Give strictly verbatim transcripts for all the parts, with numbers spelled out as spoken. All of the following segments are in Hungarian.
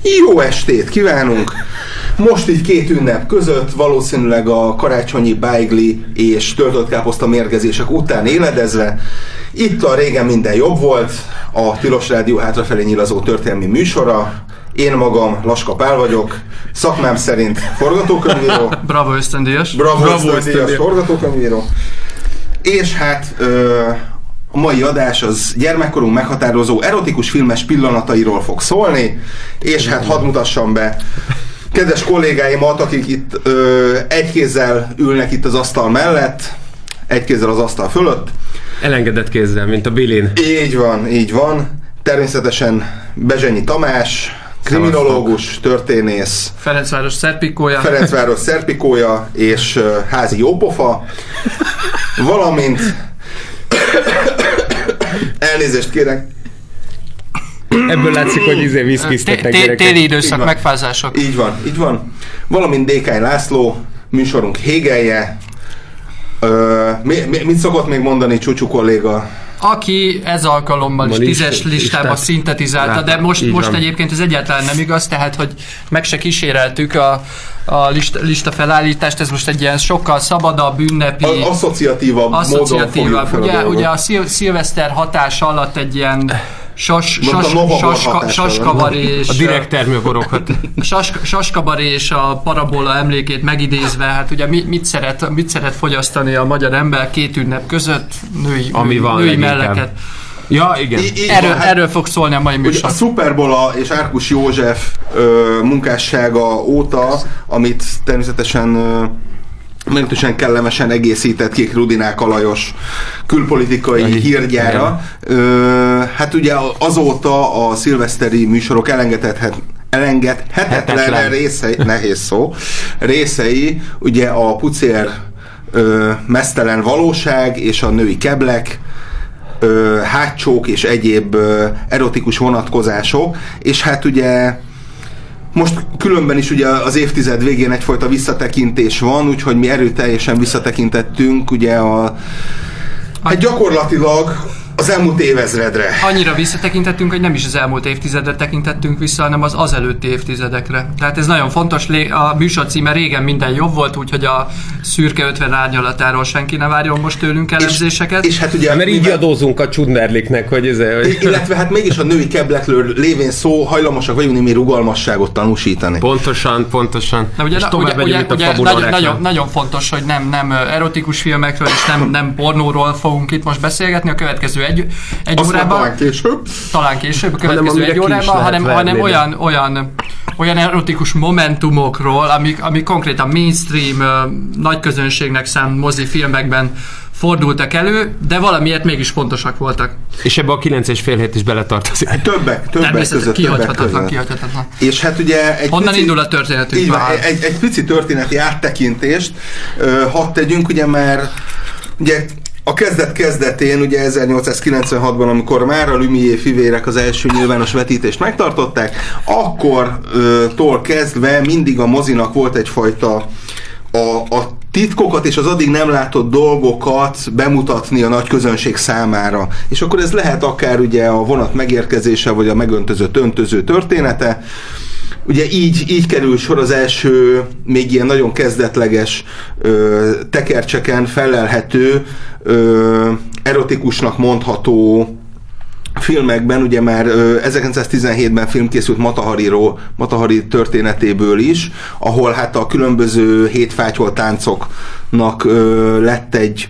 Jó estét kívánunk! Most így két ünnep között, valószínűleg a karácsonyi beigli és töltött káposzta mérgezések után éledezve, itt a Régen minden jobb volt, a Tilos Rádió hátrafelé nyilazó történelmi műsora. Én magam, Laska Pál vagyok, szakmám szerint forgatókönyvíró. Bravo ösztöndíjas. Bravo, Bravo ösztöndíjas forgatókönyvíró. És hát ö, a mai adás az gyermekkorunk meghatározó erotikus filmes pillanatairól fog szólni, és hát hadd mutassam be kedves kollégáimat, akik itt ö, egy kézzel ülnek itt az asztal mellett, egy kézzel az asztal fölött. Elengedett kézzel, mint a Bilin. Így van, így van. Természetesen Bezsenyi Tamás, kriminológus, történész, Ferencváros szerpikója, Ferencváros szerpikója és uh, házi jópofa, valamint elnézést kérek. Ebből látszik, hogy izé viszkiztetnek gyerekek. Téli időszak, megfázások. Így van, így van. Valamint Dékány László, műsorunk hégelje. Uh, mi, mi, mit szokott még mondani Csúcsú kolléga? Aki ez alkalommal is tízes listába szintetizálta, de most, most egyébként ez egyáltalán nem igaz, tehát hogy meg se kíséreltük a, a lista, lista felállítást, ez most egy ilyen sokkal szabadabb, ünnepi, a, asszociatívabb, asszociatívabb módon ugye, ugye a szil, szilveszter hatása alatt egy ilyen sas, sas, saska, saskabaré és a direkt termőborokhat. Sas, saskabaré és a parabola emlékét megidézve, hát ugye mit, mit, szeret, mit szeret fogyasztani a magyar ember két ünnep között, női, Ami van női melleket. Ja, igen. I- I- erről, hát, erről fog szólni a mai műsor. A Superbola és Árkus József ö, munkássága óta, amit természetesen ö, meglehetősen kellemesen egészített Kék Rudinák Alajos külpolitikai Aj, hírgyára. Ö, hát ugye azóta a szilveszteri műsorok elengedhetetlen elengedhetetlen részei, nehéz szó, részei, ugye a pucér ö, meztelen valóság és a női keblek, ö, hátsók és egyéb ö, erotikus vonatkozások, és hát ugye most különben is ugye az évtized végén egyfajta visszatekintés van, úgyhogy mi erőteljesen visszatekintettünk ugye a hát gyakorlatilag az elmúlt évezredre. Annyira visszatekintettünk, hogy nem is az elmúlt évtizedre tekintettünk vissza, hanem az az előtti évtizedekre. Tehát ez nagyon fontos. A műsor címe Régen minden jobb volt, úgyhogy a szürke ötven árnyalatáról senki ne várjon most tőlünk elemzéseket. És, és hát ugye, mert így adózunk a Csudnerliknek, hogy ez... Hogy... Illetve hát mégis a női keblekről lévén szó, hajlamosak vagyunk némi rugalmasságot tanúsítani. Pontosan, pontosan. Na, ugye, és tovább ugye, ugye, ugye nagyon, nagyon, nagyon fontos, hogy nem, nem erotikus filmekről és nem, nem pornóról fogunk itt most beszélgetni a következő egy, egy órában. Talán később. Talán később, a következő egy órában, hanem, hanem olyan, olyan, olyan erotikus momentumokról, amik, amik konkrétan mainstream, nagy közönségnek szánt mozifilmekben fordultak elő, de valamiért mégis fontosak voltak. És ebbe a kilenc és fél hét is beletartozik. Többek, többek között. Kihagyhatatlan, kihagyhatatlan. És hát ugye egy honnan pici, indul a történetünk? Így van, egy, egy pici történeti áttekintést uh, hadd tegyünk, ugye már ugye a kezdet-kezdetén, ugye ezernyolcszázkilencvenhatban, amikor már a Lumière fivérek az első nyilvános vetítést megtartották, akkortól kezdve mindig a mozinak volt egyfajta a, a titkokat és az addig nem látott dolgokat bemutatni a nagy közönség számára. És akkor ez lehet akár ugye a vonat megérkezése, vagy a megöntözött öntöző története. Ugye így, így kerül sor az első, még ilyen nagyon kezdetleges ö, tekercseken felelhető, ö, erotikusnak mondható filmekben, ugye már ö, ezerkilencszáztizenhétben film készült Mata Hariról, Mata Hari történetéből is, ahol hát a különböző hétfátyol táncoknak ö, lett egy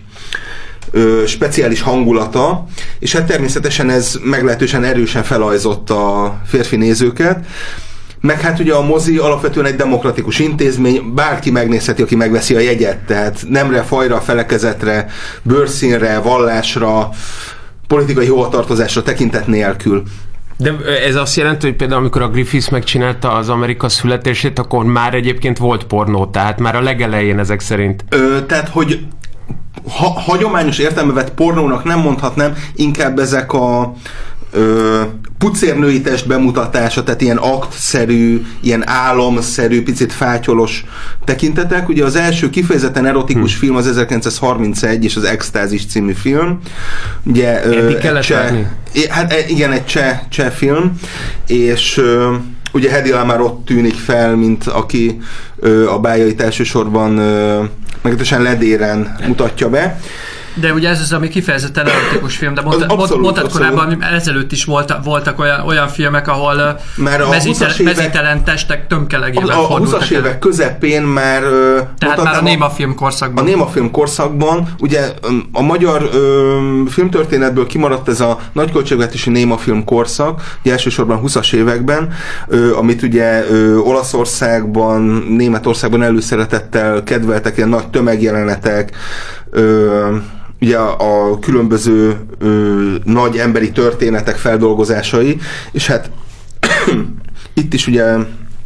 Ö, speciális hangulata, és hát természetesen ez meglehetősen erősen felajzott a férfi nézőket. Meg hát ugye a mozi alapvetően egy demokratikus intézmény, bárki megnézheti, aki megveszi a jegyet, tehát nemre, fajra, felekezetre, bőrszínre, vallásra, politikai hovatartozásra tekintet nélkül. De ez azt jelenti, hogy például amikor a Griffiths megcsinálta az Amerika születését, akkor már egyébként volt pornó, tehát már a legelején ezek szerint. Ö, tehát, hogy ha, hagyományos értelme vett pornónak nem mondhatnám, inkább ezek a ö, pucérnői test bemutatása, tehát ilyen aktszerű, ilyen álomszerű, picit fátyolos tekintetek. Ugye az első kifejezetten erotikus hmm. film az ezerkilencszázharmincegy és az Extázis című film. Ugye, Eddig kellett cseh, hát igen, egy cseh, cseh film, és ugye Hedy Lamarr ott tűnik fel, mint aki ö, a bájait elsősorban ö, meglehetősen ledéren mutatja be. De ugye ez az, ami kifejezetten erotikus film, de mondtad, abszolút, mondtad korábban, hogy ezelőtt is voltak, voltak olyan, olyan filmek, ahol mezítelen, évek, mezítelen testek tömkelegével fordultak. A húszas évek közepén már... Tehát már a némafilm korszakban. A némafilm korszakban, ugye a magyar ö, filmtörténetből kimaradt ez a nagyköltségvetési némafilm korszak, ugye elsősorban húszas években, ö, amit ugye ö, Olaszországban, Németországban előszeretettel kedveltek, ilyen nagy tömegjelenetek, ö, ugye a, a különböző ö, nagy emberi történetek feldolgozásai, és hát itt is ugye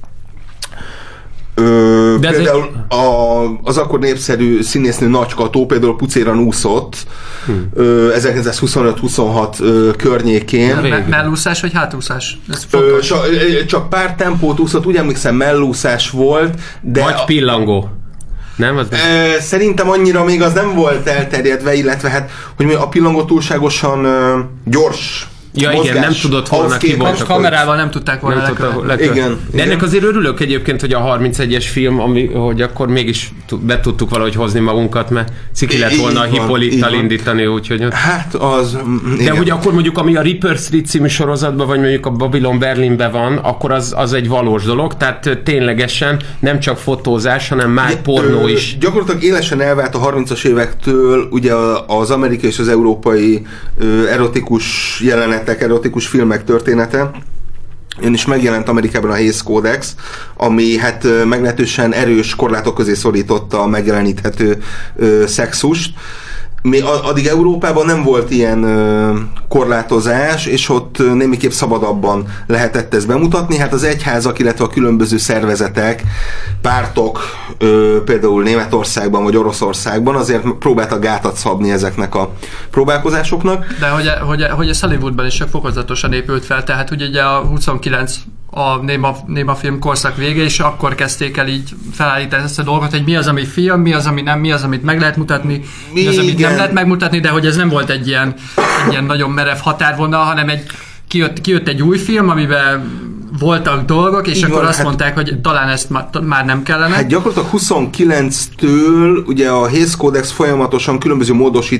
ö, például egy... a, az akkor népszerű színésznő Nagy Kató például pucéran úszott hmm. ö, ezerkilencszázhuszonöt huszonhat ö, környékén. Me- mellúszás vagy hátúszás? Ö, csak, csak pár tempót úszott, úgy emlékszem mellúszás volt, de... Vagy pillangó. Nem, az nem. Ö, szerintem annyira még az nem volt elterjedve, illetve hát, hogy a pillangó túlságosan ö, gyors. Ja, mozgás, igen, nem tudott volna ki volt. Kamerával nem tudták volna lekövetni. Igen. De igen. ennek azért örülök egyébként, hogy a harmincegyes film, ami, hogy akkor mégis be tudtuk valahogy hozni magunkat, mert ciki lett volna a Hippolyttal indítani, úgyhogy... Hát az... De igen. Hogy akkor mondjuk, ami a Reaper Street című sorozatban, vagy mondjuk a Babylon Berlinben van, akkor az, az egy valós dolog, tehát ténylegesen nem csak fotózás, hanem már ja, pornó ö, is. Gyakorlatilag élesen elvált a harmincas évektől ugye az amerikai és az európai ö, erotikus jelenet erotikus filmek története. Ön is megjelent Amerikában a Hays Codex, ami hát meglehetősen erős korlátok közé szorította a megjeleníthető ö, szexust. Mi addig Európában nem volt ilyen ö, korlátozás, és ott ö, némiképp szabadabban lehetett ezt bemutatni. Hát az egyházak, illetve a különböző szervezetek, pártok, ö, például Németországban vagy Oroszországban azért próbáltak gátat szabni ezeknek a próbálkozásoknak. De hogy, hogy, hogy ez Hollywoodban is csak fokozatosan épült fel, tehát ugye a huszonkilenc a néma, néma film korszak vége, és akkor kezdték el így felállítani ezt a dolgot, hogy mi az, ami film, mi az, ami nem, mi az, amit meg lehet mutatni, mi, mi az, amit igen. nem lehet megmutatni, de hogy ez nem volt egy ilyen, egy ilyen nagyon merev határvonal, hanem egy, kijött, kijött egy új film, amiben voltak dolgok, és igen, akkor azt hát, mondták, hogy talán ezt már nem kellene. Hát gyakorlatilag huszonkilenctől ugye a Hays Codex folyamatosan különböző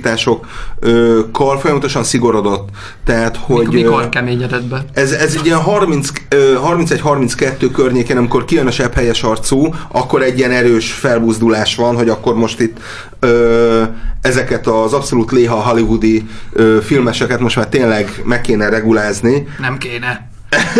módosításokkal folyamatosan szigorodott. Tehát, hogy... Mikor keményedett be? Ez, ez egy ilyen harmincegy harminckettő környéken, amikor kijön a sebhelyes arcú, akkor egy ilyen erős felbuzdulás van, hogy akkor most itt ö, ezeket az abszolút léha hollywoodi ö, filmeseket most már tényleg meg kéne regulázni. Nem kéne.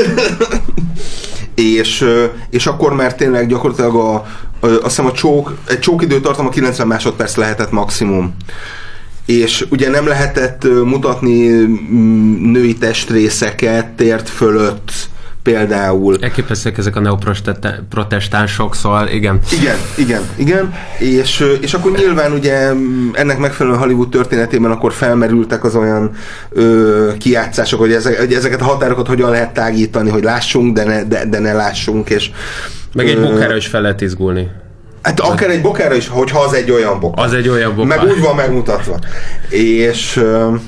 és, és akkor már tényleg gyakorlatilag a, a, azt hiszem a csók, egy csók időtartam a kilencven másodperc lehetett maximum. És ugye nem lehetett mutatni női testrészeket tért fölött például. Elképesztőek ezek a neoprotestánsok, szóval igen. Igen, igen, igen. És, és akkor nyilván ugye ennek megfelelően Hollywood történetében akkor felmerültek az olyan ö, kijátszások, hogy, ezek, hogy ezeket a határokat hogyan lehet tágítani, hogy lássunk, de ne, de, de ne lássunk. És, meg egy bokára is fel lehet izgulni. Hát akár egy bokára is, hogyha az egy olyan boka. Az egy olyan boka. Meg úgy van megmutatva. És,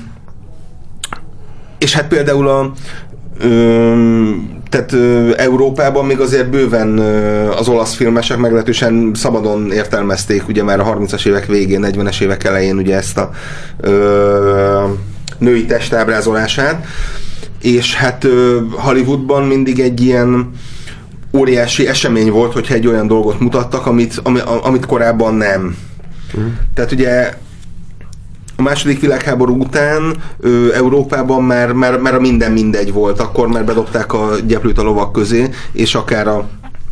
és hát például a Ö, tehát ö, Európában még azért bőven ö, az olasz filmesek meglehetősen szabadon értelmezték ugye már a harmincas évek végén, negyvenes évek elején ugye ezt a ö, női test ábrázolását, és hát ö, Hollywoodban mindig egy ilyen óriási esemény volt, hogyha egy olyan dolgot mutattak, amit, ami, amit korábban nem. Uh-huh. Tehát ugye a második világháború után ö, Európában már, már, már a minden mindegy volt, akkor már bedobták a gyeplőt a lovak közé, és akár a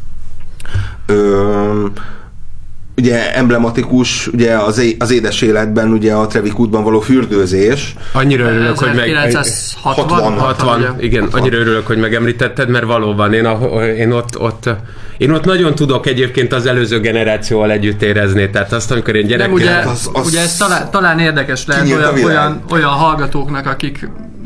ö, ugye emblematikus, ugye az, é, az édes életben ugye a Trevik útban való fürdőzés. Annyira örülök, hogy meg... ezerkilencszázhatvan hatvan, igen, hatvan. Annyira örülök, hogy megemlítetted, mert valóban én, a, én ott, ott Én ott nagyon tudok egyébként az előző generációval együtt érezni, tehát azt, amikor én gyerek... Nem, ugye, az, az ugye ez talán, talán érdekes lehet olyan, olyan, olyan hallgatóknak, akik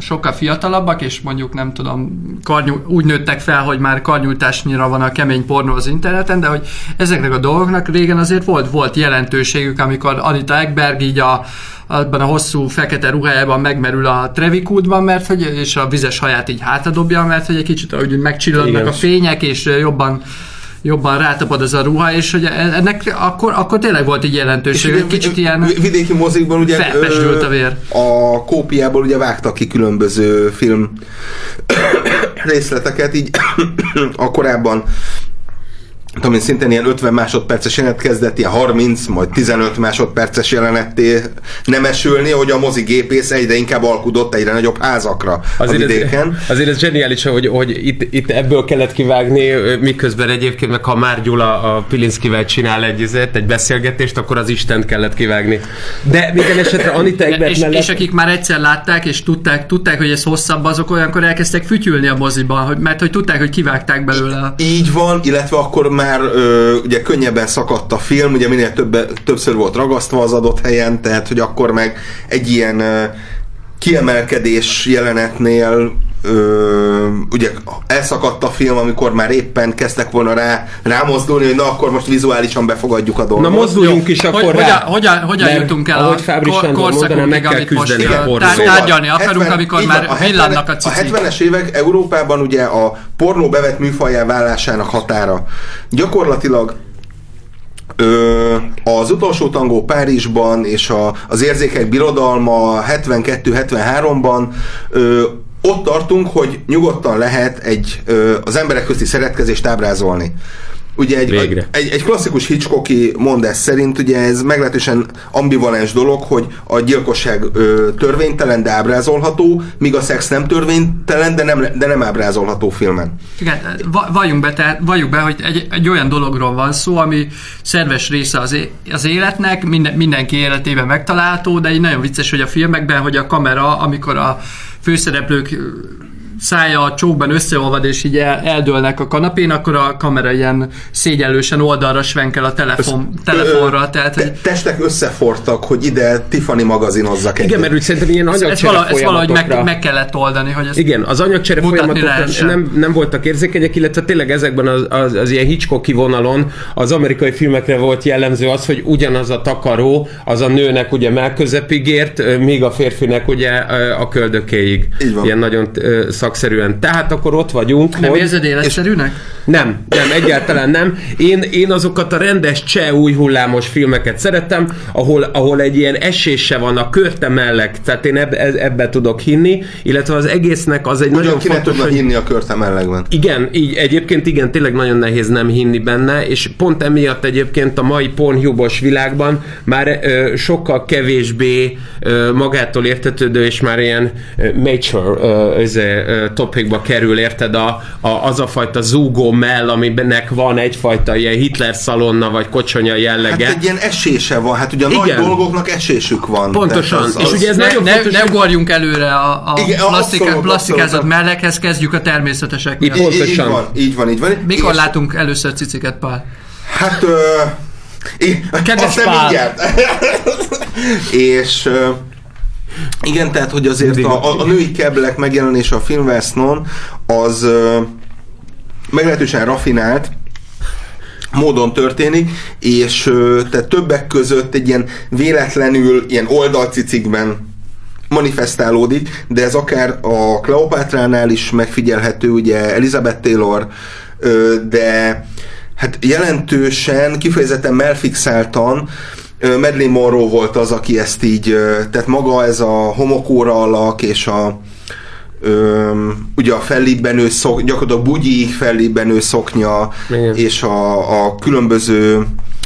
sokkal fiatalabbak, és mondjuk nem tudom, karnyú, úgy nőttek fel, hogy már karnyújtásnyira van a kemény pornó az interneten, de hogy ezeknek a dolgoknak régen azért volt, volt jelentőségük, amikor Anita Ekberg így a abban a hosszú fekete ruhájában megmerül a Trevikútban, mert hogy, és a vizes haját így hátradobja, mert hogy egy kicsit úgy megcsillannak a fények, és jobban jobban rátapad az a ruha, és hogy ennek akkor, akkor tényleg volt így jelentőség. Egy kicsit ilyen vidéki mozikban ugye felpesdült a vér. A kópiából ugye vágtak ki különböző film részleteket, így a korábban tudom én, szintén ilyen ötven másodperces jelenet kezdett, ilyen harminc, majd tizenöt másodperces jelenetté nemesülni, hogy a mozigépész egyre inkább alkudott egyre nagyobb házakra azért a vidéken. Ez, azért ez zseniális, hogy, hogy itt, itt ebből kellett kivágni, miközben egyébként meg ha Már Gyula a Pilinszkivel csinál egy, egy beszélgetést, akkor az Istent kellett kivágni. De minden esetre Anita Ekberg és, mellett... és akik már egyszer látták, és tudták, tudták, hogy ez hosszabb, azok olyankor elkezdtek fütyülni a moziban, hogy, mert hogy tudták, hogy kivágták belőle. Így van, illetve akkor már ö, ugye könnyebben szakadt a film, ugye minél többe, többször volt ragasztva az adott helyen, tehát hogy akkor meg egy ilyen ö, kiemelkedés jelenetnél ö, ugye elszakadt a film, amikor már éppen kezdtek volna rá rámozdulni, hogy na akkor most vizuálisan befogadjuk a dolgot. Na mozduljunk is akkor hogy, rá. Hogyan, hogyan jutunk el a korszakokig, amit most tárgyalni akarunk, amikor már villannak a cicik. A hetvenes évek Európában ugye a pornó bevett műfajjá válásának határa. Gyakorlatilag Ö, az utolsó tangó Párizsban és a, az érzékek birodalma hetvenkettő hetvenháromban ö, ott tartunk, hogy nyugodtan lehet egy, ö, az emberek közti szeretkezést ábrázolni. Ugye egy, egy, egy klasszikus Hitchcocki mondás szerint ugye ez meglehetősen ambivalens dolog, hogy a gyilkosság ö, törvénytelen, de ábrázolható, míg a szex nem törvénytelen, de nem, de nem ábrázolható filmen. Igen, valljunk be, tehát valljuk be, hogy egy, egy olyan dologról van szó, ami szerves része az, é- az életnek, minden, mindenki életében megtalálható, de így nagyon vicces, hogy a filmekben, hogy a kamera, amikor a főszereplők szája a csókban összeolvad, és így el, eldőlnek a kanapén, akkor a kamera ilyen szégyenlősen oldalra svenkel a telefon, Össz, telefonra. Tehát, te, testek összefortak, hogy ide Tiffany magazinozzak egyet. Igen, mert úgy szerintem ilyen anyagcsere folyamatokra. Ezt valahogy meg, meg kellett oldani, hogy ezt igen, az anyagcsere folyamatokra nem, nem voltak érzékenyek, illetve tényleg ezekben az, az, az ilyen Hitchcocki vonalon az amerikai filmekre volt jellemző az, hogy ugyanaz a takaró, az a nőnek ugye melközepig ért, míg a férfinek ugye a köldökéig. Ilyen nagyon szakszerűen. Tehát akkor ott vagyunk. Nem hogy... érzed életszerűnek? Nem, nem, egyáltalán nem. Én, én azokat a rendes cseh új hullámos filmeket szeretem, ahol, ahol egy ilyen esése van a körte mellett, tehát én ebbe, ebbe tudok hinni, illetve az egésznek az egy ugyan nagyon ki fontos... Hogy... hinni a körte mellegben. Igen, így egyébként igen, tényleg nagyon nehéz nem hinni benne, és pont emiatt egyébként a mai Pornhubos világban már ö, sokkal kevésbé ö, magától értetődő, és már ilyen ö, mature ö, ö, topikba kerül, érted, a, a, az a fajta zúgó mell, amibennek van egyfajta ilyen Hitler szalonna, vagy kocsonya jellege. Hát egy ilyen esése van, hát ugye a igen. nagy dolgoknak esésük van. Pontosan, az, és az... ugye ez ne, nagyon ne, fontos... Ne ugorjunk előre a, a igen, plastika, plastikázott mellekhez, kezdjük a természetesek miatt. Pontosan. Így van, így van, így van. Mikor és... látunk először ciciket, Pál? Hát, ö... é, azt nem mindjárt. És... Ö... igen, tehát, hogy azért a, a, a női keblek megjelenése a filmvásznon az ö, meglehetősen raffinált módon történik, és ö, tehát többek között egy ilyen véletlenül ilyen oldalcicikben manifestálódik, de ez akár a Kleopátránál is megfigyelhető, ugye Elizabeth Taylor, ö, de hát jelentősen, kifejezetten melfixáltan Marilyn Monroe volt az, aki ezt így, tehát maga ez a homokóra alak, és a öm, ugye a fellibbenő szok, gyakorlatilag bugyiig fellibbenő szoknya, igen. és a, a különböző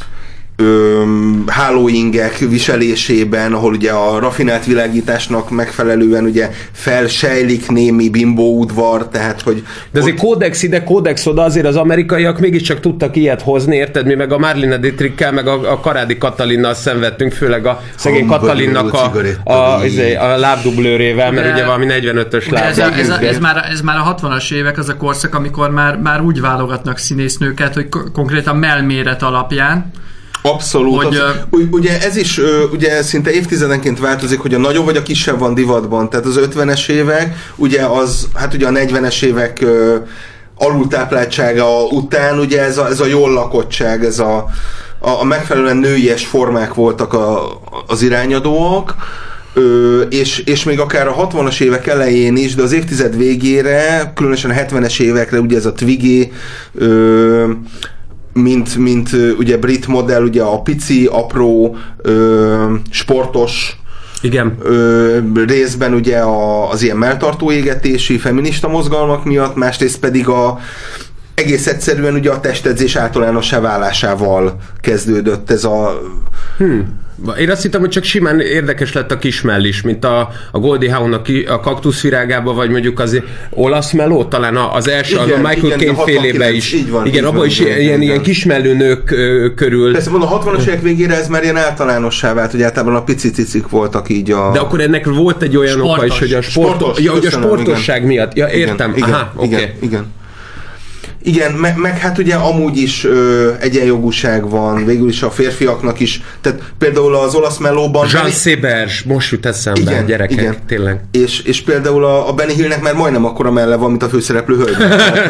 öm, hálóingek viselésében, ahol ugye a raffinált világításnak megfelelően ugye felsejlik némi bimbóudvar, tehát hogy... De azért ott... kódex ide, kódex oda, azért az amerikaiak mégiscsak tudtak ilyet hozni, érted? Mi meg a Marlene Dietrichkel, meg a, a Karádi Katalinnal szenvedtünk, főleg a szegény Katalinnak a, a, a, a, a lábdublőrével, mert de, ugye valami negyvenötös láb. Ez, ez, ez, már, ez már a hatvanas évek, az a korszak, amikor már, már úgy válogatnak színésznőket, hogy konkrétan mellméret alapján. Abszolút. Hogy, abszolút. Ugye ez is ugye szinte évtizedenként változik, hogy a nagyobb vagy a kisebb van divatban. Tehát az ötvenes évek, ugye az, hát ugye a negyvenes évek alultápláltsága után, ugye ez a, ez a jól lakottság, ez a, a, a megfelelően nőies formák voltak a, az irányadóak, Ö, és, és még akár a hatvanas évek elején is, de az évtized végére, különösen a hetvenes évekre, ugye ez a Twiggy, ö, mint, mint ugye brit modell, ugye a pici, apró, ö, sportos, igen. Ö, részben ugye a, az ilyen melltartó égetési, feminista mozgalmak miatt, másrészt pedig a egész egyszerűen ugye a testedzés általánossá válásával kezdődött ez a... Hmm. Én azt hittem, hogy csak simán érdekes lett a kismell is, mint a, a Goldie Hawn a, ki, a kaktuszvirágába, vagy mondjuk az olasz meló, talán az első, igen, a Michael Caine félébe is. Így van, igen, abban is ilyen, ilyen, ilyen kismellő nők körül. Persze, mondom, a hatvanas évek végére ez már ilyen általánossá vált, hogy általában a pici cicik voltak így a... De akkor ennek volt egy olyan sportos. oka is, hogy a, sport, sportos, ja, hogy a sportosság igen. miatt. Ja, értem. Igen, Aha, igen, okay. igen, igen. Igen, meg, meg hát ugye amúgy is ö, egyenjogúság van, végül is a férfiaknak is, tehát például az olasz melóban... Jean Seberge, most jut eszembe, igen, gyerekek, igen. tényleg. És, és például a, a Benny Hillnek már majdnem akkora melle van, mint a főszereplő hölgy.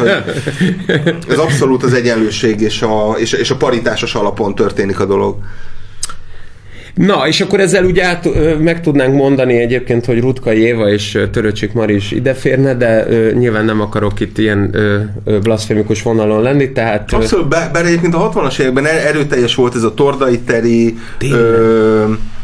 Ez abszolút az egyenlőség és a, és, és a paritásos alapon történik a dolog. Na, és akkor ezzel úgy át, meg tudnánk mondani egyébként, hogy Rutkai Éva és Törőcsik Mari is ideférne, de ö, nyilván nem akarok itt ilyen ö, ö, blaszfémikus vonalon lenni, tehát... Abszolút, bár egyébként a hatvanas években erőteljes volt ez a Tordai Teri ö,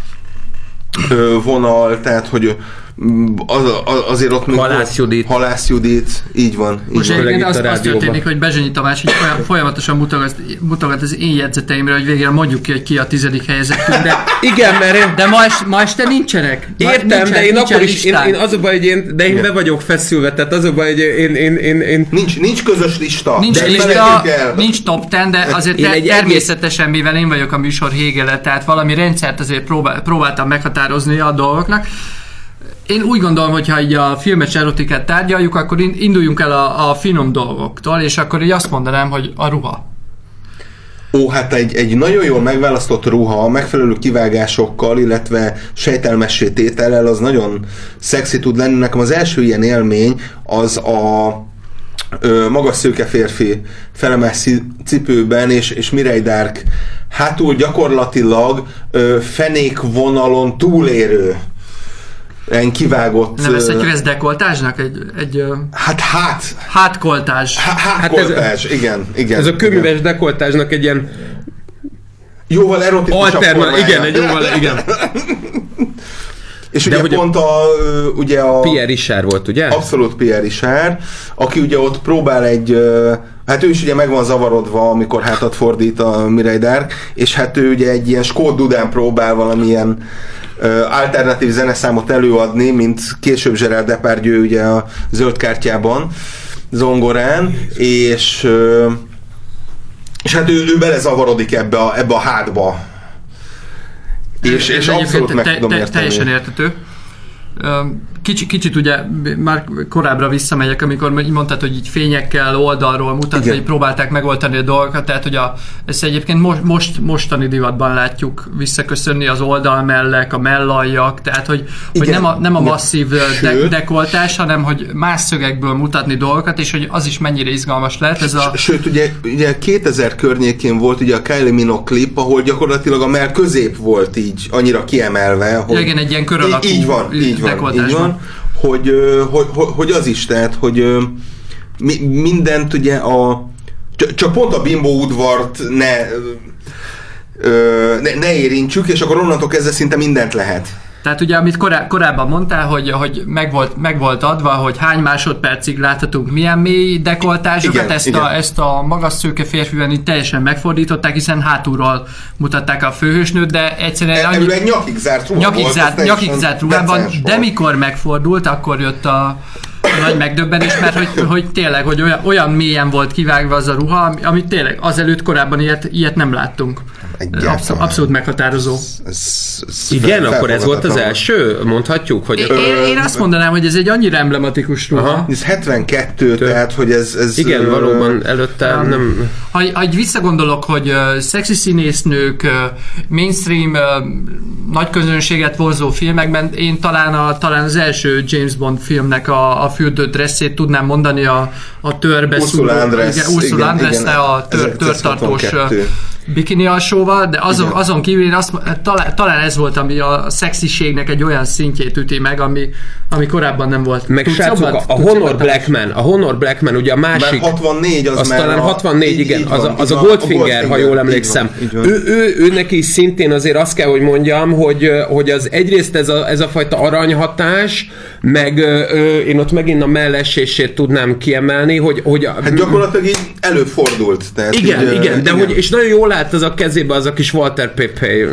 ö, vonal, tehát hogy az, az, azért ott még Halász Judit. Halász Judit, így van. Így most van. egyébként az, az történik, hogy Bezsenyi Tamás így folyamatosan mutogat, mutogat az én jegyzeteimre, hogy végre mondjuk ki, hogy ki a tizedik helyezettünk, de, igen, mert... de ma, est, ma este nincsenek. Ma értem, nincsen, de én akkor is, én, én az a baj, hogy én, de én be vagyok feszülve, tehát az a baj, hogy én... én, én, én nincs, nincs közös lista. Nincs de lista, nincs top tíz, de azért te, egy természetesen, egész... mivel én vagyok a műsor hégele, tehát valami rendszert azért próbál, próbáltam meghatározni a dolgoknak. Én úgy gondolom, hogy ha így a filmes erotikát tárgyaljuk, akkor induljunk el a, a finom dolgoktól, és akkor így azt mondanám, hogy a ruha. Ó, hát egy, egy nagyon jól megválasztott ruha, megfelelő kivágásokkal, illetve sejtelmessé tétellel, az nagyon szexi tud lenni. Nekem az első ilyen élmény az a ö, magas szőke férfi felemás cipőben, és, és Mireille Darc hátul gyakorlatilag ö, fenékvonalon túlérő en kivágott... Nevezhetjük ezt dekoltázsnak? Egy, egy, hát hát... Hátkoltázs. Hát, hátkoltázs, hát igen, igen. Ez a köműves dekoltázsnak egy ilyen... Jóval erotikusabb alterna, igen, egy jóval, igen. És de ugye pont a... Ugye a Pierre Richard volt, ugye? Abszolút Pierre Richard, aki ugye ott próbál egy... Hát ő is ugye meg van zavarodva, amikor hátat fordít a Mireille Darc, és hát ő ugye egy ilyen skót dudán próbál valamilyen alternatív zeneszámot előadni, mint később Gerard Depardieu ugye a Zöld kártyában, zongorán, és, és hát ő, ő belezavarodik ebbe a, ebbe a hátba. És, és abszolút meg te, tudom te, érteni. Teljesen értető. Kicsit, kicsit ugye már korábbra visszamegyek, amikor mondtad, hogy így fényekkel oldalról mutatva, hogy próbálták megoldani a dolgokat, tehát hogy a, ezt egyébként most, most, mostani divatban látjuk visszaköszönni az oldalmellek, a mellalljak, tehát hogy, hogy nem a, nem a masszív de, dekoltás, hanem hogy más szögekből mutatni dolgokat, és hogy az is mennyire izgalmas lehet. Ez a... Sőt, ugye, ugye kétezer környékén volt ugye a Kylie Minogue klip, ahol gyakorlatilag a mell közép volt így annyira kiemelve, hogy... Igen, egy ilyen kör alakú így van, így van, így van. Hogy, hogy, hogy az is, tehát, hogy mindent ugye a... Csak pont a bimbo udvart ne, ne, ne érintsük, és akkor onnantól kezdve szinte mindent lehet. Tehát ugye, amit korá, korábban mondtál, hogy, hogy meg, volt, meg volt adva, hogy hány másodpercig láthatunk milyen mély dekoltázsokat, ezt, igen. A, ezt a magas szőke férfiben így teljesen megfordították, hiszen hátulról mutatták a főhősnőt, de egyszerűen... Annyi, egy nyakig zárt ruha nyakig volt, zárt, nyakig zárt ruhában, de mikor megfordult, akkor jött a, a nagy megdöbbenés, mert hogy, hogy tényleg, hogy olyan, olyan mélyen volt kivágva az a ruha, amit tényleg azelőtt korábban ilyet, ilyet nem láttunk. Abszolút, abszolút meghatározó. Ez, ez, ez igen, akkor ez volt az első? Mondhatjuk? Hogy én, én, én azt mondanám, hogy ez egy annyira emblematikus ruha. Ez hetvenkettő, Tő. Tehát, hogy ez... ez igen, uh, valóban előtte um, nem... Ha, ha visszagondolok, hogy uh, szexi színésznők, uh, mainstream, uh, nagy közönséget vonzó filmekben, én talán, a, talán az első James Bond filmnek a, a fürdő dresszét tudnám mondani, a, a törbe Ursula Andress, Ursula Andress, a tör, törtartós bikini alsóval, de azon, azon kívül én azt, talán, talán ez volt, ami a szexiségnek egy olyan szintjét üti meg, ami, ami korábban nem volt. Meg srácok, a, a Honor Blackman, a Honor Blackman, ugye a másik... Már hatvannégy az, az már talán a, hatvannégy, így, igen, így az, van, a, az a van, Goldfinger, a Goldfinger, ha jól emlékszem. Így van, így ő, ő, ő neki szintén azért azt kell, hogy mondjam, hogy, hogy az egyrészt ez a, ez a fajta aranyhatás, meg ö, én ott megint a mellesését tudnám kiemelni, hogy... hogy a, hát gyakorlatilag így előfordult. Tehát igen, így, igen, de igen. Hogy, és nagyon jól lát az a kezébe az a kis Walter Pepe.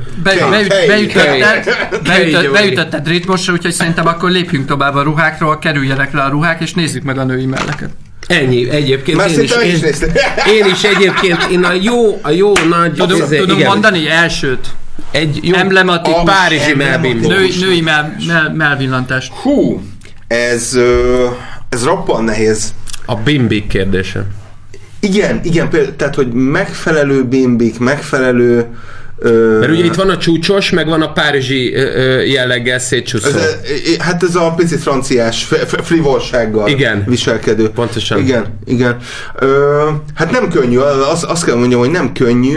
Beütötted ritmosra, úgyhogy szerintem akkor lépjünk tovább a ruhákról, kerüljenek le a ruhák, és nézzük meg a női melleket. Ennyi, egyébként már én is, én, is én is egyébként, én a jó, a jó nagy... Tudom, izé, tudom mondani elsőt. Egy jó emblematikus párizsi melbimbós. Női, női mell, mell, mellvillantást. Hú, ez, ez roppant nehéz. A bimbik kérdése. Igen, igen, például, tehát, hogy megfelelő bimbik, megfelelő... Ö... Mert ugye itt van a csúcsos, meg van a párizsi ö, jelleggel szétcsúszó. Ez, hát ez a picit franciás frivolsággal igen. viselkedő. Pontosan. Igen, igen. Ö, hát nem könnyű, azt, azt kell mondjam, hogy nem könnyű,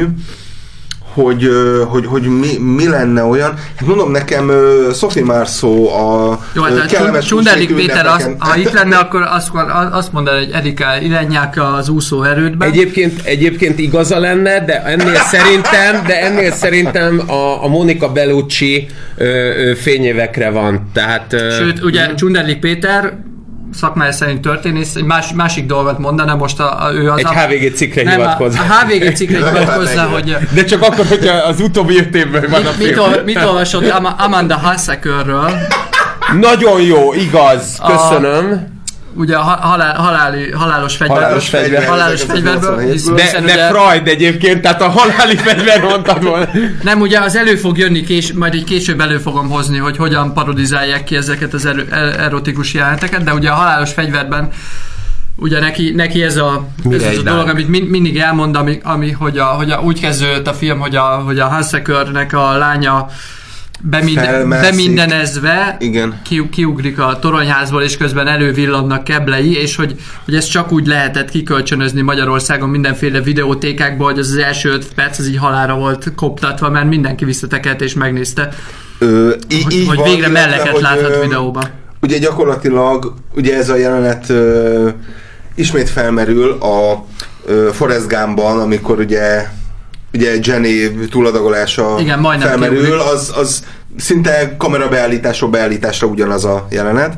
hogy, hogy, hogy mi, mi lenne olyan. Hát mondom nekem Sophie Marceau a jó, hát kellemes Csunderlik Péter, az, ha itt lenne, akkor azt, azt mondaná, hogy Erika Irányák az úszó erődben. Egyébként, egyébként igaza lenne, de ennél szerintem, de ennél szerintem a, a Monica Bellucci ö, ö, fényévekre van. Tehát, ö, sőt, ugye Csunderlik Péter szakmája szerint történész, egy más, másik dolgot mondaná, most a, a, ő az... Egy a, há vé gé cikkre hivatkozza. A há vé gé cikkre hivatkozza, hogy... De csak akkor, hogyha az utóbbi öt évben van a film. Mit, ol, mit olvasott Amanda Hassekerről? Nagyon jó, igaz, köszönöm. A, ugye a halál, haláli, halálos fegyver. Halálos fegyver. Halálos fegyverből. De, de Freud egyébként, tehát a haláli fegyver mondtad volna. Nem, ugye az elő fog jönni, kés, majd egy később elő fogom hozni, hogy hogyan parodizálják ki ezeket az erő, erotikus jeleneteket, de ugye a halálos fegyverben ugye neki, neki ez a, ez az a dolog, amit min, mindig elmond, ami, ami hogy, a, hogy a, úgy kezdődött a film, hogy a, hogy a Hassekernek a lánya Beminden, bemindenezve ki, kiugrik a toronyházból, és közben elővillannak keblei, és hogy, hogy ezt csak úgy lehetett kikölcsönözni Magyarországon mindenféle videótékákból, hogy az, az első öt perc az így halálra volt koptatva, mert mindenki visszatekelt és megnézte, Ö, í- hogy, hogy végre van, melleket hogy, láthat videóban. Ugye gyakorlatilag ugye ez a jelenet ö, ismét felmerül a ö, Forrest Gumpban, amikor ugye ugye Jenny túladagolása igen, felmerül, az, az szinte kamerabeállításról beállításra ugyanaz a jelenet.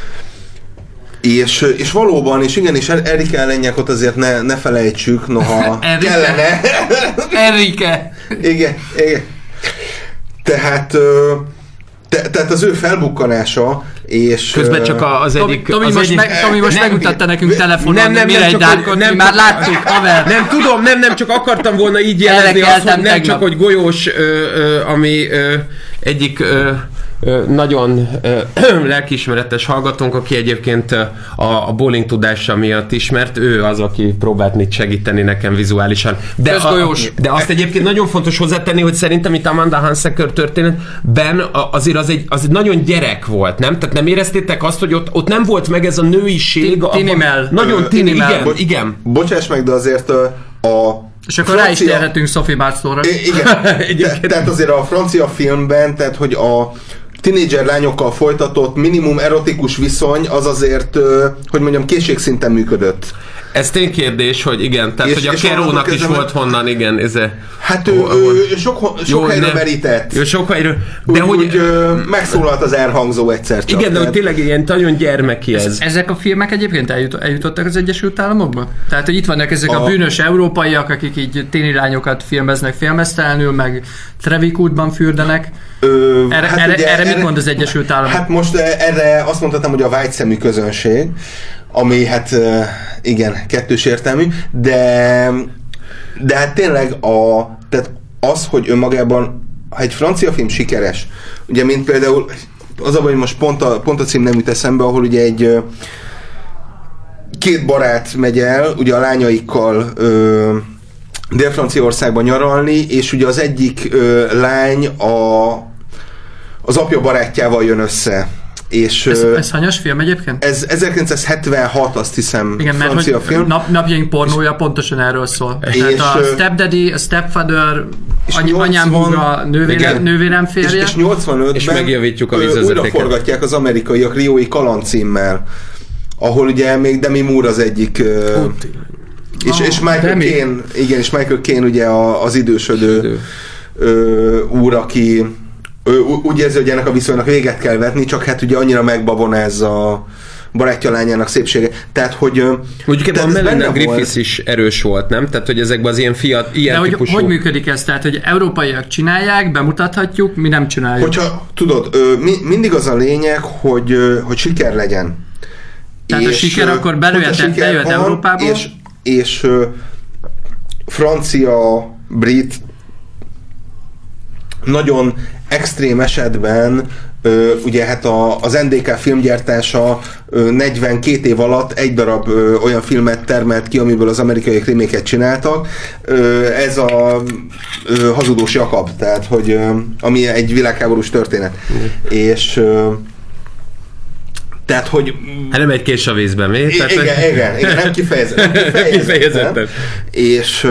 És, és valóban, és igen, és Erika Elényákot azért ne, ne felejtsük, noha kellene. Erika! igen, igen. Tehát... Te, tehát az ő felbukkanása, és... Közben csak az egyik... Tomi, az most, egyik, meg, Tomi most nem, megmutatta nekünk telefonon, nem, nem, mire nem, egy dárkot, mi már láttuk, haver. Nem tudom, nem, nem, csak akartam volna így jelezni azt, hogy nem tegnap. Csak, hogy golyós, ö, ö, ami ö, egyik... Ö, nagyon uh, lelkiismeretes hallgatónk, aki egyébként uh, a, a bowling tudása miatt ismert, ő az, aki próbált még segíteni nekem vizuálisan. De, a, de azt egyébként nagyon fontos hozzátenni, hogy szerintem itt Amanda Hasseker történetben azért az egy, az egy nagyon gyerek volt, nem? Tehát nem éreztétek azt, hogy ott, ott nem volt meg ez a nőiség. Tinimel. Nagyon tinimel. Igen, Bo- igen. Bocsáss meg, de azért a, a és akkor francia... rá is térhetünk Sophie Marceau-ra. Igen, Te, tehát azért a francia filmben, tehát hogy a tínédzser lányokkal folytatott minimum erotikus viszony az azért, hogy mondjam, készségszinten működött. Ez tény kérdés, hogy igen, tehát és, hogy a Kerónak is volt honnan, igen. Ez hát ő, ő, ő sok, sok jó, helyről merített. Ő sok helyről. De úgy, hogy úgy, megszólalt az elhangzó egyszer csak. Igen, de hogy tényleg ilyen nagyon gyermeki ez. ez. Ezek a filmek egyébként eljut, eljutottak az Egyesült Államokba? Tehát, hogy itt vannak ezek a, a bűnös európaiak, akik így téni lányokat filmeznek filmesztelenül, meg Trevikútban fürdenek. Ö, erre hát erre, ugye, erre mit mond az Egyesült Államok? Hát most erre azt mondhatom, hogy a vágyszemű közönség, ami hát igen, kettős értelmű, de, de hát tényleg a, tehát az, hogy önmagában, ha egy francia film sikeres, ugye mint például, az a baj, hogy most pont a, pont a cím nem jut eszembe, ahol ugye egy két barát megy el, ugye a lányaikkal ö, Dél-Franciaországban nyaralni, és ugye az egyik ö, lány a, az apja barátjával jön össze. És, ez, ez hanyas film egyébként? Ez ezerkilencszázhetvenhat, azt hiszem, igen, francia mert, film. Nap, napjaink pornója pontosan erről szól. És tehát a stepdaddy, a stepfather, any, anyám húga, nővérem, nővérem férje. És, és nyolcvanötben és megjavítjuk a vízvezetéket. Újra forgatják az amerikaiak Riói kaland címmel, ahol ugye még Demi Moore az egyik... Uh, és, oh, és Michael Caine, igen, és Michael Caine ugye az idősödő uh, úr, aki ő úgy érzi, hogy ennek a viszonynak véget kell vetni, csak hát ugye annyira megbabonázza a barátja lányának szépsége. Tehát, hogy... Mondjuk ebben a Melinda Griffiths is erős volt, nem? Tehát, hogy ezekben az ilyen fiat, ilyen de típusú... hogy, hogy működik ez? Tehát, hogy európaiak csinálják, bemutathatjuk, mi nem csináljuk. Hogyha, tudod, mi, mindig az a lényeg, hogy, hogy siker legyen. Tehát és, a siker akkor belőhet, bejöhet Európába. És, és uh, francia, brit, nagyon extrém esetben ö, ugye hát a, az en dé ká filmgyártása ö, negyvenkét év alatt egy darab ö, olyan filmet termelt ki, amiből az amerikai reméket csináltak. Ö, ez a ö, Hazudós Jakab, tehát hogy ö, ami egy világháborús történet. Mm. És ö, tehát, hogy... Hát nem egy kés a vízben, mi? Tehát, igen, hogy... igen, igen, nem kifejezetten. Kifejezetten. kifejezetten. És,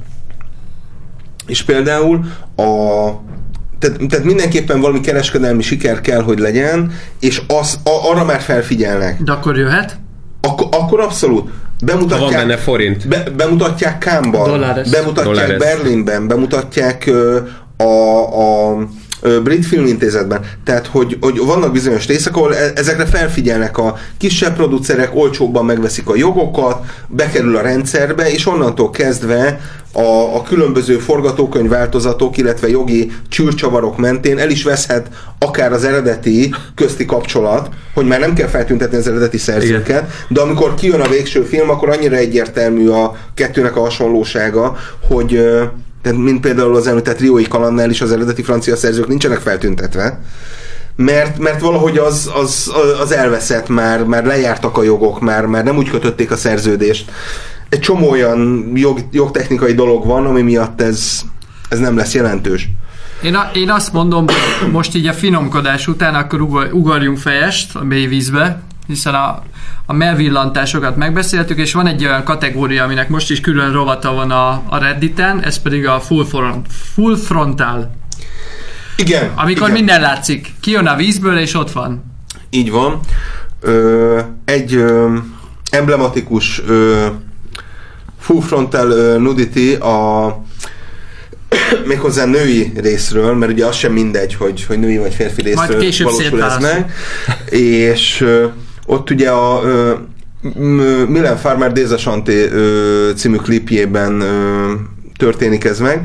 és például a... Tehát, tehát mindenképpen valami kereskedelmi siker kell, hogy legyen, és az, a, arra már felfigyelnek. De akkor jöhet? Ak- akkor abszolút. Bemutatják, ha van benne forint. Be, bemutatják Cannes-ban, Dollares. bemutatják Dollares. Berlinben, bemutatják uh, a... a Brit Filmintézetben. Tehát, hogy, hogy vannak bizonyos részek, ahol ezekre felfigyelnek a kisebb producerek, olcsóbban megveszik a jogokat, bekerül a rendszerbe, és onnantól kezdve a, a különböző forgatókönyvváltozatok, illetve jogi csűrcsavarok mentén el is veszhet akár az eredeti közti kapcsolat, hogy már nem kell feltüntetni az eredeti szerzőket, igen. De amikor kijön a végső film, akkor annyira egyértelmű a kettőnek a hasonlósága, hogy tehát mint például az említett Riói kalandnál is az eredeti francia szerzők nincsenek feltüntetve, mert, mert valahogy az, az, az elveszett, már, már lejártak a jogok, már, már nem úgy kötötték a szerződést. Egy csomó olyan jog, jogtechnikai dolog van, ami miatt ez, ez nem lesz jelentős. Én, a, én azt mondom, hogy most így a finomkodás után akkor ugor, ugorjunk fejest a mély vízbe, hiszen a, a mellvillantásokat megbeszéltük, és van egy olyan kategória, aminek most is külön rovata van a, a Redditen, ez pedig a full, front, full frontal. Igen. Amikor igen. Minden látszik. Kijön a vízből, és ott van. Így van. Ö, egy ö, emblematikus ö, full frontal ö, nudity a méghozzá női részről, mert ugye az sem mindegy, hogy, hogy női vagy férfi részről valósul ez meg. És ö, ott ugye a ö, Mylène Farmer Des Enchantés című klipjében ö, történik ez meg.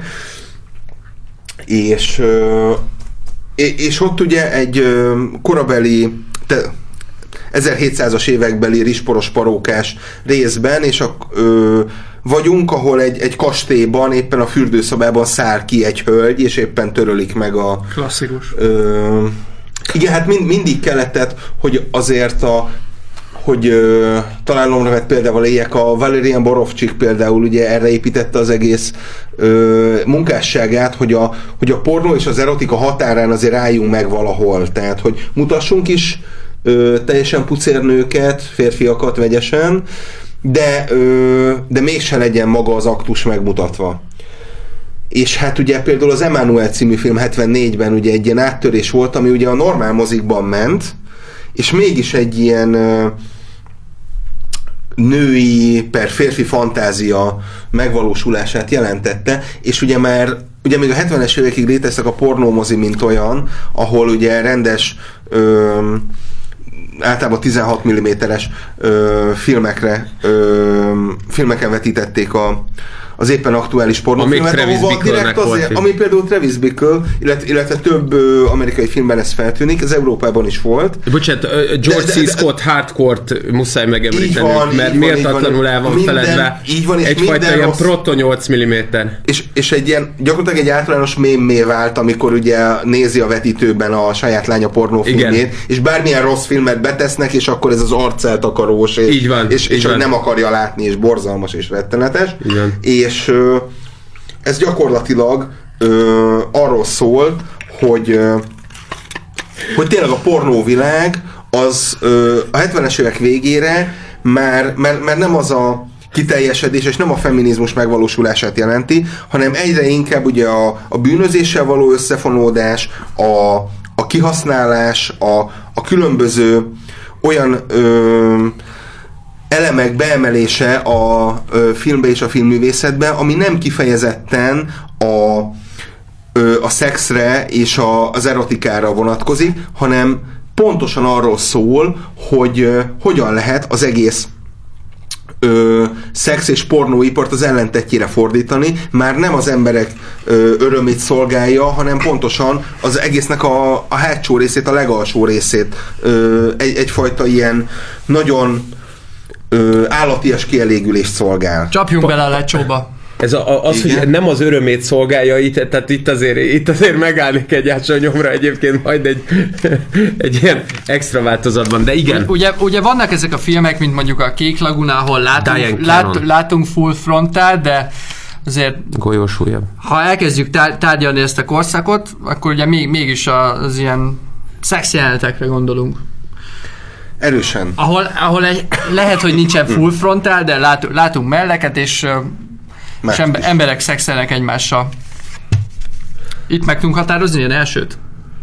És, ö, és ott ugye egy ö, korabeli te, ezerhétszázas évekbeli risporos parókás részben, és a, ö, vagyunk, ahol egy, egy kastélyban, éppen a fürdőszobában száll ki egy hölgy, és éppen törölik meg a... Klasszikus. Ö, igen, hát mind, mindig kellett, hogy azért a hogy ö, talán lomra vett példával éljek, a Valerian Borovcsik például ugye erre építette az egész ö, munkásságát, hogy a, hogy a pornó és az erotika határán azért álljunk meg valahol. Tehát, hogy mutassunk is ö, teljesen pucérnőket, férfiakat vegyesen, de, ö, de mégse legyen maga az aktus megmutatva. És hát ugye például az Emmanuel című film hetvennégyben ugye egy ilyen áttörés volt, ami ugye a normál mozikban ment, és mégis egy ilyen ö, női per férfi fantázia megvalósulását jelentette, és ugye már ugye még a hetvenes évekig léteztek a pornómozi, mint olyan, ahol ugye rendes ö, általában tizenhat milliméteres ö, filmekre ö, filmeken vetítették a, az éppen aktuális pornófilmet, ahova direkt azért, ami például Travis Bickle, illetve, illetve több ö, amerikai filmben ez feltűnik, ez Európában is volt. Bocsánat, George de, de, C. Scott hardcore-t muszáj megemlítenünk, mert méltatlanul el van minden, feledve van, egyfajta ilyen rossz... proto nyolc milliméter. És, és egy ilyen, gyakorlatilag egy általános mémmé vált, amikor ugye nézi a vetítőben a saját lánya pornófilmjét, és bármilyen rossz filmet betesznek, és akkor ez az arcceltakarós, és, így van, és, így és van. hogy nem akarja látni, és borzalmas, és rettenetes. Igen. És ö, ez gyakorlatilag ö, arról szól, hogy, ö, hogy tényleg a pornóvilág az ö, a hetvenes évek végére már, már, már nem az a kiteljesedés, és nem a feminizmus megvalósulását jelenti, hanem egyre inkább ugye a, a bűnözéssel való összefonódás, a, a kihasználás, a, a különböző olyan ö, elemek beemelése a ö, filmbe és a filmművészetbe, ami nem kifejezetten a, ö, a szexre és a, az erotikára vonatkozik, hanem pontosan arról szól, hogy ö, hogyan lehet az egész Ö, szex és pornóipart az ellentetjére fordítani, már nem az emberek ö, örömét szolgálja, hanem pontosan az egésznek a, a hátsó részét, a legalsó részét ö, egy, egyfajta ilyen nagyon ö, állatias kielégülést szolgál. Csapjunk pa- bele a lecsóba. Ez a, az, igen? Hogy nem az örömét szolgálja, itt, tehát itt azért, itt azért megállnék egy átsó nyomra egyébként majd egy, egy ilyen extra változatban, de igen. Ugye, ugye vannak ezek a filmek, mint mondjuk a Kék Laguna, ahol látunk, lát, látunk full frontal, de azért golyósúlyabb. Ha elkezdjük tár- tárgyalni ezt a korszakot, akkor ugye még, mégis az ilyen szexjelenetekre gondolunk. Erősen. Ahol, ahol egy, lehet, hogy nincsen full frontal, de lát, látunk melleket, és és ember, emberek szexelnek egymással. Itt meg tudunk határozni ilyen elsőt?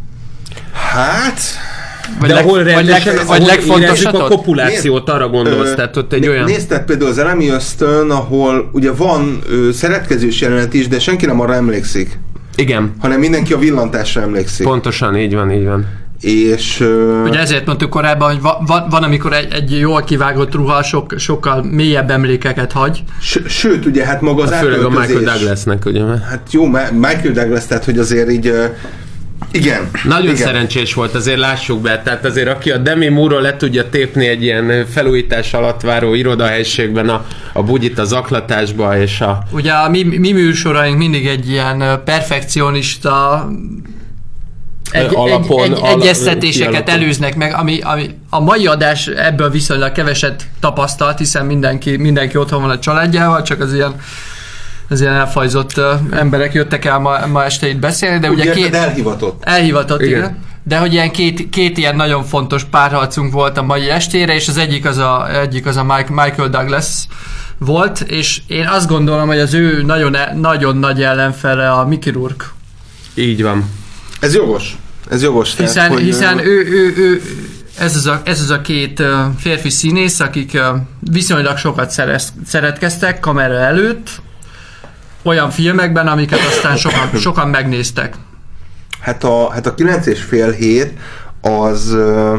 Hát... Vagy, de leg, ahol vagy, leg, vagy legfontosabb a kopulációt, arra gondolsz, ö, tehát ott egy né, olyan... Nézted például az Elemi Ösztön, ahol ugye van ö, szeretkezős jelenet is, de senki nem arra emlékszik. Igen. Hanem mindenki a villantásra emlékszik. Pontosan, így van, így van. És... Uh... Ugye ezért mondtuk korábban, hogy va, va, van, amikor egy, egy jól kivágott ruha sok, sokkal mélyebb emlékeket hagy. S- sőt, ugye hát maga az hát főleg a Michael Douglasnek, ugye? Hát jó, Michael Douglas, tehát hogy azért így... Uh... Igen. Nagyon igen. szerencsés volt, azért lássuk be, tehát azért aki a Demi Moore-ról le tudja tépni egy ilyen felújítás alatt váró irodahelyiségben a, a bugyit a zaklatásba, és a... Ugye a mi, mi műsoraink mindig egy ilyen perfekcionista egy, alapon, egy, egy, alap, egyeztetéseket előznek meg, ami, ami a mai adás ebből viszonylag keveset tapasztalt, hiszen mindenki, mindenki otthon van a családjával, csak az ilyen az ilyen elfajzott uh, emberek jöttek el ma, ma este itt beszélni, de ugye, ugye két... elhivatott. Elhivatott, igen. igen. De hogy ilyen két, két ilyen nagyon fontos párharcunk volt a mai estére, és az egyik az a, egyik az a Mike, Michael Douglas volt, és én azt gondolom, hogy az ő nagyon, nagyon nagy ellenfele a Mickey Rourke. Így van. Ez jogos. Ez jogos. Hiszen, tehát, hogy hiszen ő, ő, ő, ez, az a, ez az a két uh, férfi színész, akik uh, viszonylag sokat szerez, szeretkeztek kamera előtt, olyan filmekben, amiket aztán sokan, sokan megnéztek. Hát a, hát a kilenc és fél hét az...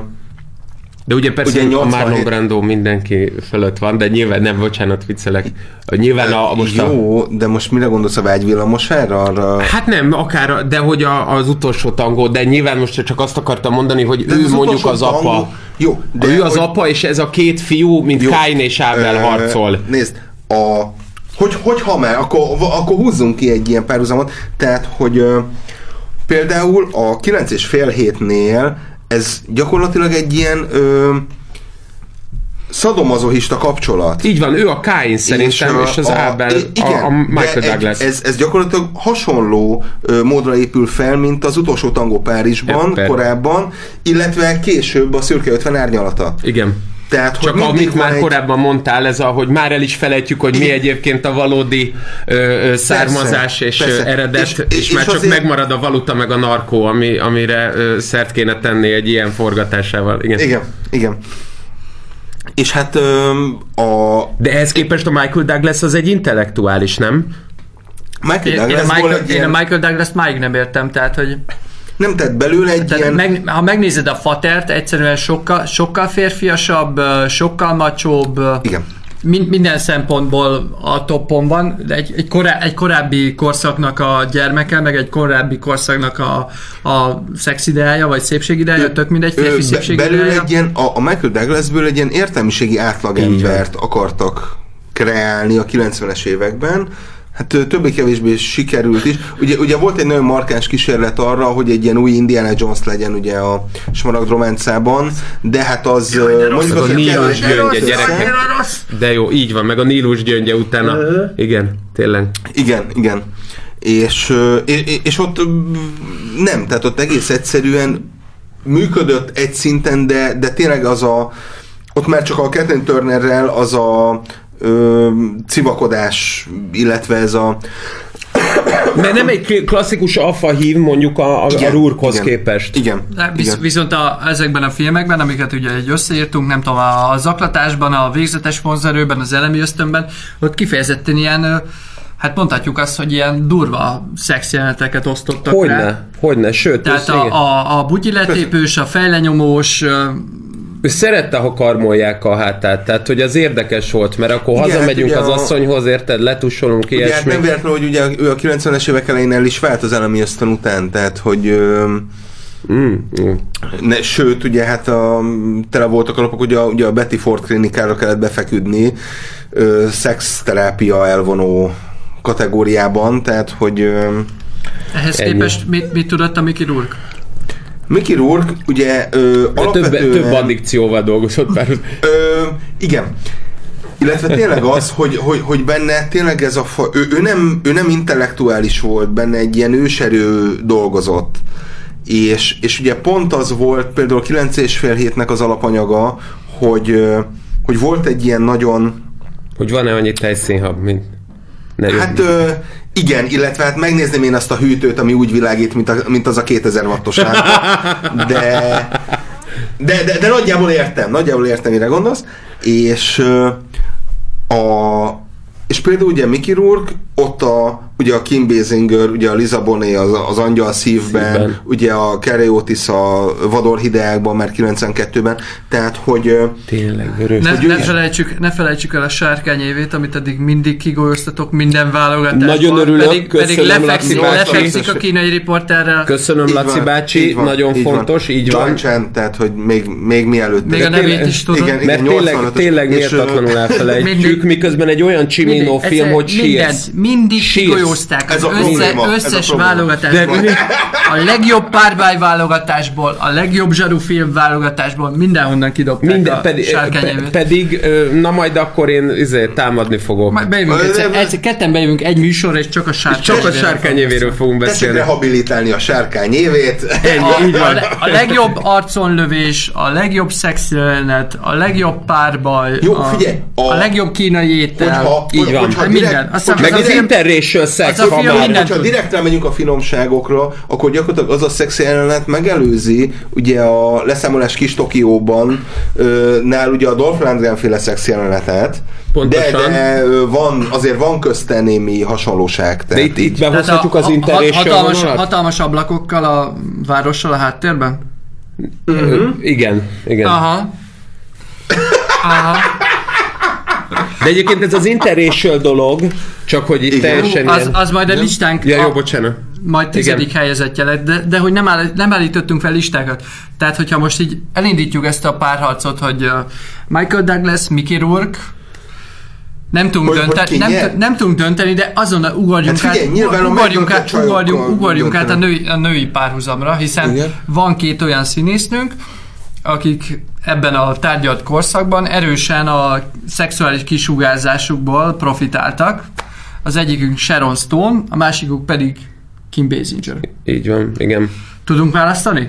De ugye persze ugye a Marlon Brando mindenki fölött van, de nyilván nem, bocsánat, viccelek. Nyilván a, a most Jó, a... de most mire gondolsz, a vágyvillamosára? Arra... Hát nem, akár, de hogy a, az utolsó tangó, de nyilván most csak azt akartam mondani, hogy de ő az mondjuk az apa. Tangó, jó, de ő az hogy... apa, és ez a két fiú, mint jó, Káin és Ábel harcol. Nézd, a... Hogy, hogy ha már, akkor, akkor húzzunk ki egy ilyen párhuzamot, tehát, hogy uh, például a kilenc és fél hétnél ez gyakorlatilag egy ilyen uh, szadomazohista kapcsolat. Így van, ő a Káin szerintem, és, és az a, Ábel igen, a, a Michael Douglas. Ez, ez gyakorlatilag hasonló uh, módra épül fel, mint az utolsó tangó Párizsban, Eper. korábban, illetve később a Szürke ötven árnyalata. Igen. Tehát, csak amit már egy... korábban mondtál, ez a, hogy már el is felejtjük, hogy mi egyébként a valódi ö, ö, származás persze, és persze. eredet, és, és, és már és csak azért... megmarad a valuta meg a narkó, ami, amire ö, szert kéne tenni egy ilyen forgatásával. Igen, igen. igen. És hát ö, a... De ehhez képest a Michael Douglas az egy intellektuális, nem? Michael én, én, a Michael, én ilyen... a Michael Douglas-t máig nem értem, tehát, hogy... Nem tett belőle egy tehát ilyen... Meg, ha megnézed a Fatert, egyszerűen sokkal, sokkal férfiasabb, sokkal macsóbb. Igen. minden szempontból a toppon van, de egy, egy, korá, egy korábbi korszaknak a gyermeke, meg egy korábbi korszaknak a, a szexideája, vagy szépségideája, tök mindegy, férfi szépségideája. Belül egy ilyen, a, a Michael Douglasből egy ilyen értelmiségi átlagembert akartak kreálni a kilencvenes években. Hát többé-kevésbé sikerült is. Ugye, ugye volt egy nagyon markáns kísérlet arra, hogy egy ilyen új Indiana Jones legyen ugye a Smaragd románcában, de hát az... Jaj, mondjuk az a Nílus gyöngye, gyerekek. De jó, így van, meg a Nílus gyöngye utána. Uh-huh. Igen, tényleg. Igen, igen. És, és, és ott nem, tehát ott egész egyszerűen működött egy szinten, de, de tényleg az a... Ott már csak a Kathleen Turnerrel az a Ö, civakodás, illetve ez a... Mert nem egy klasszikus alfa hív mondjuk a, a, a Rourke-hoz képest. Igen. Visz, igen. Viszont a, ezekben a filmekben, amiket ugye egy összeírtunk, nem tudom, a zaklatásban, a végzetes vonzerőben, az elemi ösztönben, ott kifejezetten ilyen, hát mondhatjuk azt, hogy ilyen durva szexjeleneteket osztottak hogyne, rá. Hogyne, sőt. Tehát a, a, a butyiletépős, a fejlenyomós... Ő szerette, ha karmolják a hátát, tehát hogy az érdekes volt, mert akkor igen, hazamegyünk hát az asszonyhoz, érted, letussolunk ilyesmi. Hát nem véletlenül, hogy ugye ő a kilencvenes évek elején el is vált az elemi ösztön után, tehát hogy ö, mm, mm. Ne, sőt, ugye hát a, tele voltak a lapok, ugye a, ugye a Betty Ford klinikára kellett befeküdni ö, szexterápia elvonó kategóriában, tehát hogy ö, ehhez ennyi. Képest mit, mit tudott a Mickey Rourke? Mickey Rourke ugye ö, alapvetően... Több, több addikcióval dolgozott pár. Ö, igen. Illetve tényleg az, hogy, hogy, hogy benne tényleg ez a fa, ő, ő, nem, ő nem intellektuális volt, benne egy ilyen őserő dolgozott. És, és ugye pont az volt például a kilenc és fél hétnek az alapanyaga, hogy, hogy volt egy ilyen nagyon... Hogy van-e annyi tejszínhab, mint... Hát ö, igen, illetve hát megnézném én azt a hűtőt, ami úgy világít, mint, a, mint az a kétezer wattos lámpa. De, de, de, de nagyjából értem, nagyjából értem, mire gondolsz. És ö, a és például ugye Mickey Rourke, ott a, ugye a Kim Basinger, ugye a Liza Bonet az, az Angyal szívben, szívben, ugye a Carey Otis a Vadorhideákban, már kilencvenkettőben, tehát hogy... Tényleg, vörös. Ne, ne, felejtsük, ne felejtsük el a Sárkány évét, amit eddig mindig kigolyoztatok minden válogatásban. Nagyon örülök, pedig, pedig lefekszik, lefekszik a kínai riporterrel. Köszönöm, Laci bácsi, van, nagyon így fontos, van. Így van. John Chen, tehát hogy még, még mielőtt... Még a nevét is tudom. Igen, mert tényleg, tényleg méltatlanul elfelejtjük, miközben egy olyan Cimino film, hogy sírsz. Mindig kigolyózták az össze, összes válogatásból. A legjobb párbáj válogatásból, a legjobb zsarufilm válogatásból, mindenhonnan kidobták Minden, a pedig, Sárkány pedig, na majd akkor én izé, támadni fogok. Majd bejövünk egyszer, egyszer, ketten bejövünk egy műsorra, és csak a Sárkány Csak a Sárkány évéről fogunk beszélni. Tessék rehabilitálni a Sárkány évét. A, a, a legjobb arconlövés, a legjobb szexjelenet, a legjobb párbaj, Jó, figyelj, a, a legjobb kínai étel. Hogyha, így van. Hogyha minden. Direkt, Aztán meg az, az interracial szex, ha már. Hogyha direkt rámegyünk a finomságokra, akkor gyakorlatilag az a szex jelenet megelőzi ugye a Leszámolás kis Tokióban ö, nál ugye a Dolph Lundgren féle szex jelenetet. Pontosan. De, de van, azért van közte némi hasonlóság. De itt, itt behozhatjuk az interracial hatalmas, hatalmas ablakokkal a várossal a háttérben? Uh-huh. Igen, igen. Aha. Aha. De egyébként ez az interracial dolog, csak hogy itt igen. teljesen az, az majd a listánk... Ja, jó, bocsánat. Majd tizedik helyezettje lett, de, de hogy nem, áll, nem állítottunk fel listákat. Tehát, hogyha most így elindítjuk ezt a párharcot, hogy uh, Michael Douglas, Mickey Rourke, nem tudunk, hogy, dönten, hogy nem, nem tudunk dönteni, de azonnal ugorjunk hát figyelj, át, ugorjunk, át, ugorjunk, ugorjunk át a női, a női párhuzamra, hiszen igen. van két olyan színésznünk, akik ebben a tárgyalt korszakban erősen a szexuális kisugárzásukból profitáltak. Az egyikünk Sharon Stone, a másikuk pedig Kim Basinger. Így van, igen. Tudunk választani?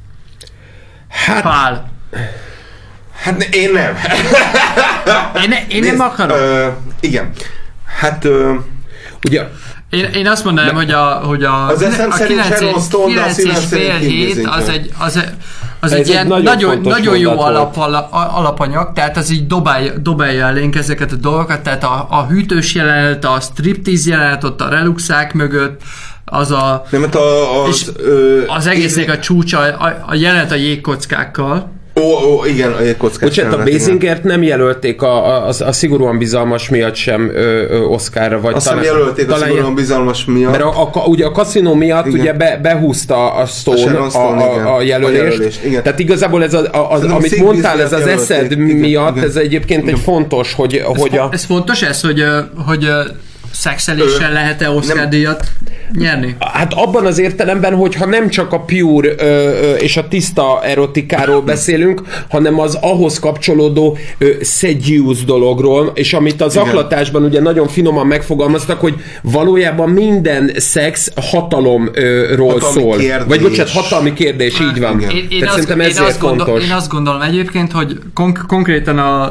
Hát... Pál. Hát én nem. Én, ne, én Nézd, nem akarok. Ö, igen. Hát... Ö, ugye... Én, én azt mondanám, hogy a, hogy a, az a kilenc és fél hét az egy, az, az egy, egy ilyen nagyon, nagyon, nagyon jó alap, alapanyag, tehát az így dobálja, dobálja elénk ezeket a dolgokat, tehát a, a hűtős jelenet, a striptease jelenet ott a reluxák mögött, az a... Nem, a, az, és ö, az egésznek a csúcsa, a, a jelenet a jégkockákkal. Ó, ó, igen, a kockás jelenet. A Basingert nem jelölték a, a, a szigorúan bizalmas miatt sem ö, ö, Oscarra, vagy azt talán... Azt nem jelölték a szigorúan bizalmas miatt. Mert a, a, ugye a kaszinó miatt igen. ugye be, behúzta a Stone a, Stone, a, a, jelölést. A jelölés, tehát igazából ez a, a, az, amit mondtál, ez az eszed miatt, igen. ez egyébként igen. egy fontos, hogy... Ez, hogy a... ez fontos ez, hogy, hogy szexeléssel lehet-e Oscar-díjat nyerni? Hát abban az értelemben, hogyha nem csak a pure ö, ö, és a tiszta erotikáról beszélünk, hanem az ahhoz kapcsolódó ö, seduce dologról, és amit az zaklatásban ugye nagyon finoman megfogalmaztak, hogy valójában minden szex hatalomról hatalmi szól. Kérdés. Vagy bocsánat, hatalmi kérdés, így van. Én, én, azt, én, azt gondol, én azt gondolom egyébként, hogy konk- konkrétan a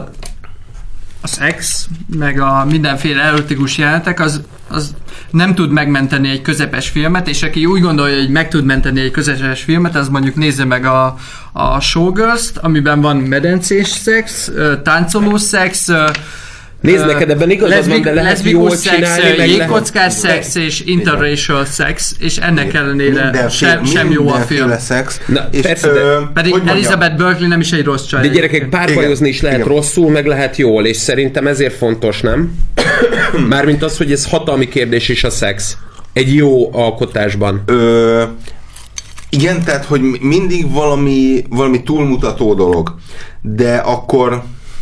a szex, meg a mindenféle erotikus jelenetek, az, az nem tud megmenteni egy közepes filmet, és aki úgy gondolja, hogy meg tud menteni egy közepes filmet, az mondjuk nézze meg a, a Showgirls-t, amiben van medencés szex, táncoló szex, nézd, neked ebben igazad van, de lehet jól csinálni, meg jégkockás szex és interracial szex, és ennek ellenére sem, sem jó a film. Szex. Na, és persze, ö, pedig Elizabeth Berkley nem is egy rossz csaj. De gyerekek, párbajozni is lehet igen. rosszul, meg lehet jól, és szerintem ezért fontos, nem? Mármint az, hogy ez hatalmi kérdés is a szex. Egy jó alkotásban. Ö, igen, tehát, hogy mindig valami, valami túlmutató dolog. De akkor...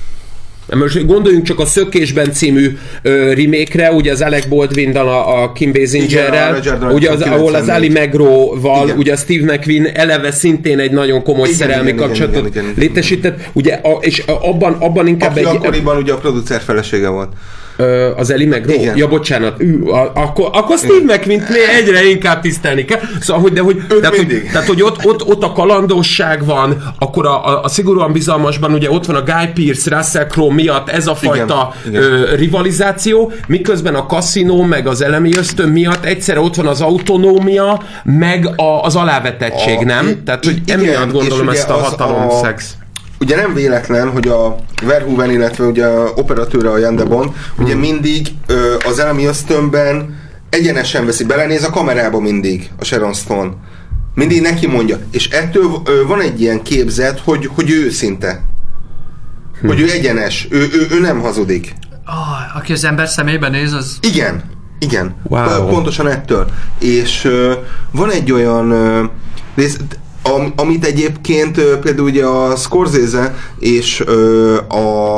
Most gondoljunk csak a Szökésben című ö, remake-re, ugye az Alec Baldwin-dal a, a Kim Basingerrel, ugye az, ahol az Ali Magro-val, ugye a Steve McQueen eleve szintén egy nagyon komoly igen, szerelmi igen, kapcsolatot igen, igen, igen, létesített, ugye, a, és abban, abban inkább aki egy... akkoriban ugye a producer felesége volt. Ö, az Ellie Magro? Igen. Ja, bocsánat. Ű, a, akkor, akkor Steve McQueen-t egyre inkább tisztelni kell. Szóval, hogy, de, hogy, tehát, hogy, tehát, hogy ott, ott, ott a kalandosság van, akkor a, a, a szigorúan bizalmasban ugye ott van a Guy Pearce, Russell Crowe miatt ez a fajta igen, ö, igen. rivalizáció, miközben a kaszinó meg az elemi ösztön miatt egyszerre ott van az autonómia, meg a, az alávetettség, a, nem? Tehát, hogy igen, emiatt gondolom ezt a hatalom-szex. Ugye nem véletlen, hogy a Verhoeven, illetve ugye a operatőre a Jan de Bont, hmm. ugye mindig ö, az elemi ösztönben egyenesen veszi, belenéz a kamerába mindig a Sharon Stone. Mindig neki mondja. És ettől ö, van egy ilyen képzet, hogy, hogy ő őszinte. Hmm. Hogy ő egyenes, ő, ő, ő nem hazudik. Oh, aki az ember szemébe néz, az... Igen, igen. Wow. Pontosan ettől. És ö, van egy olyan... Ö, néz, Am, amit egyébként ö, például ugye a Scorsese és ö, a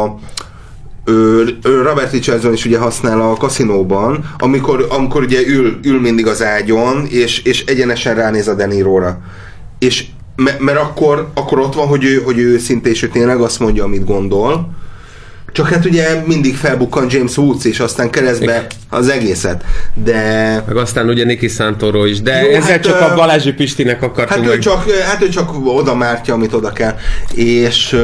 ö, Robert Richardson is ugye használ a kaszinóban, amikor, amikor ugye ül, ül mindig az ágyon, és, és egyenesen ránéz a De Niro-ra. És me, mert akkor, akkor ott van, hogy ő, hogy ő őszinte, és ő tényleg azt mondja, amit gondol. Csak hát ugye mindig felbukkan James Woods, és aztán keresztbe az egészet, de... Meg aztán ugye Niki Santoro is, de jó, ezzel hát, csak a Balázsi Pistinek akartunk hát meg... Ő csak, hát ő csak oda mártja, amit oda kell. És...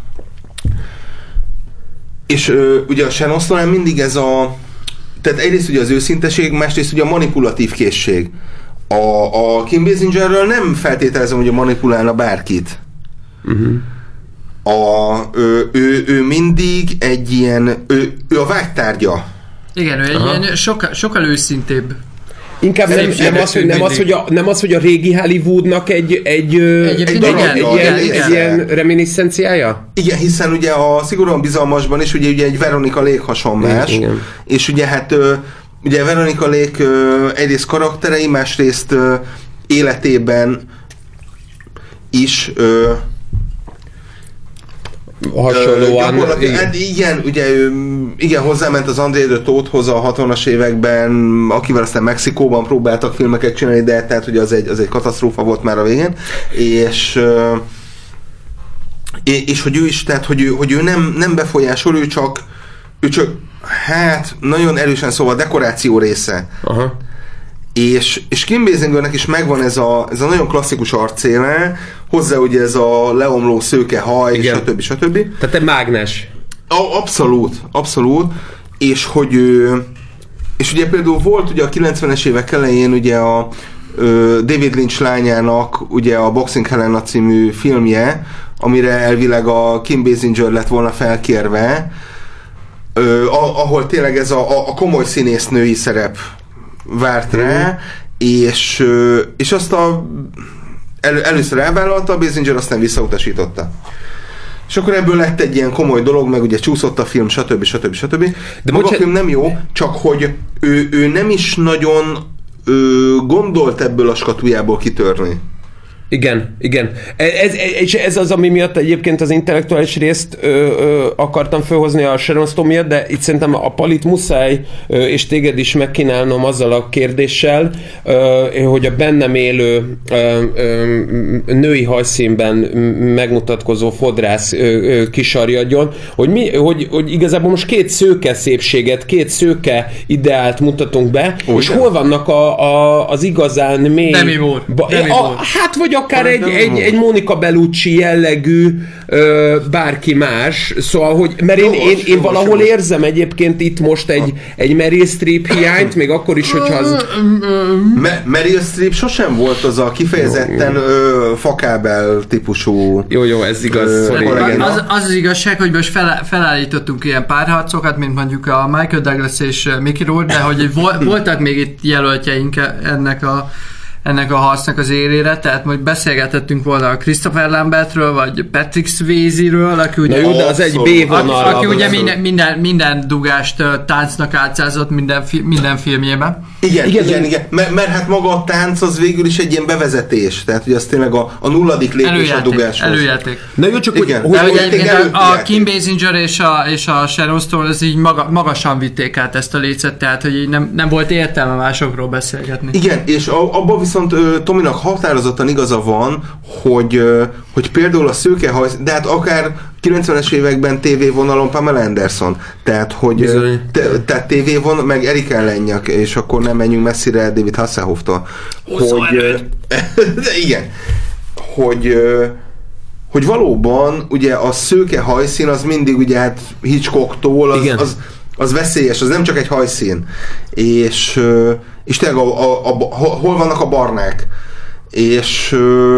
És ugye a Sharon Stone mindig ez a... Tehát egyrészt ugye az őszinteség, másrészt ugye a manipulatív készség. A, a Kim Basingerről nem feltételezem, hogy manipulálna bárkit. Uh-huh. A, ő, ő, ő mindig egy ilyen, ő, ő a vágytárgya. Igen, ő egy Aha. ilyen sokkal, sokkal őszintébb. Inkább nem, nem, az, hogy, nem, az, hogy a, nem az, hogy a régi Hollywoodnak egy, egy, egy, egy, igen, egy, igen, ilyen, igen. egy ilyen reminiscenciája? Igen, hiszen ugye a Szigorúan bizalmasban is ugye, ugye egy Veronika Lake hasonlás, igen. És ugye hát ugye Veronika Lake egyrészt karakterei, másrészt életében is hasonlóan. Uh, igen. Hát igen, ugye igen, hozzáment az André de Tothhoz a hatvanas években, akivel aztán Mexikóban próbáltak filmeket csinálni, de tehát ugye az egy, az egy katasztrófa volt már a végén, és uh, és hogy ő is, tehát hogy ő, hogy ő nem, nem befolyásol, ő csak ő csak, hát nagyon erősen szóval a dekoráció része. Aha. És, és Kim Basingernek is megvan ez a, ez a nagyon klasszikus arcéle, hozzá ugye ez a leomló szőke haj, igen. stb. stb. Tehát egy mágnes. A, abszolút, abszolút. És hogy ő, és ugye például volt ugye a kilencvenes évek elején ugye a ö, David Lynch lányának ugye a Boxing Helena című filmje, amire elvileg a Kim Basinger lett volna felkérve, ö, ahol tényleg ez a, a, a komoly színésznői szerep várt rá, mm. és, és azt a El, először elvállalta a Basinger, aztán visszautasította. És akkor ebből lett egy ilyen komoly dolog, meg ugye csúszott a film, stb. stb. stb. De maga a film nem jó, csak hogy ő, ő nem is nagyon ő gondolt ebből a skatujából kitörni. Igen, igen. Ez, ez, ez az, ami miatt egyébként az intellektuális részt ö, ö, akartam felhozni a Sharon Stone miatt, de itt szerintem a Palit muszáj, ö, és téged is megkínálnom azzal a kérdéssel, ö, hogy a bennem élő ö, ö, női hajszínben megmutatkozó fodrász ö, ö, kisarjadjon, hogy, mi, hogy, hogy igazából most két szőke szépséget, két szőke ideált mutatunk be, Ó, és igen. hol vannak a, a, az igazán mély... Demi Moore. Ba, Demi a, Moore. Hát vagy akár egy, egy, egy Monica Bellucci jellegű ö, bárki más, szóval, hogy mert én, én, én valahol érzem egyébként itt most egy, egy Meryl Streep hiányt, még akkor is, hogyha az... Me- Meryl Streep sosem volt az a kifejezetten ö, fakábel típusú... Jó, jó, ez igaz. Ö, az, az az igazság, hogy most fel, felállítottunk ilyen párharcokat, mint mondjuk a Michael Douglas és Mickey Rourke, de hogy voltak még itt jelöltjeink ennek a ennek a harcnak az élére, tehát majd beszélgetettünk volna a Christopher Lambertről, vagy Patrick Swayze-ről, aki ugye... Na jó, de az egy B-vonal. Aki, aki ugye minden, minden, minden dugást táncnak átszázott minden, fi, minden filmjében. Igen, igen, igen, igen. Mert, mert hát maga a tánc az végül is egy ilyen bevezetés, tehát hogy az tényleg a, a nulladik lépés előjáték, a dugáshoz. Előjáték. Na jó, csak igen. Hogy, hogy, hogy, hogy a, a Kim Basinger és a, és a Sharon Stone az így maga, magasan vitték át ezt a lécet, tehát hogy így nem, nem volt értelme másokról beszélgetni. Igen, és abban viszont ö, Tominak határozottan igaza van, hogy, ö, hogy például a szőkehajsz, de hát akár kilencvenes években tévévonalon Pamela Anderson, tehát hogy te, tehát tévévonal, meg Erik Ellenyak, és akkor nem menjünk messzire David Hasselhofftól, hogy de igen, hogy hogy valóban ugye a szőke hajszín az mindig ugye hát Hitchcocktól az, az, az veszélyes, az nem csak egy hajszín, és, és tényleg a, a, a, hol vannak a barnák, és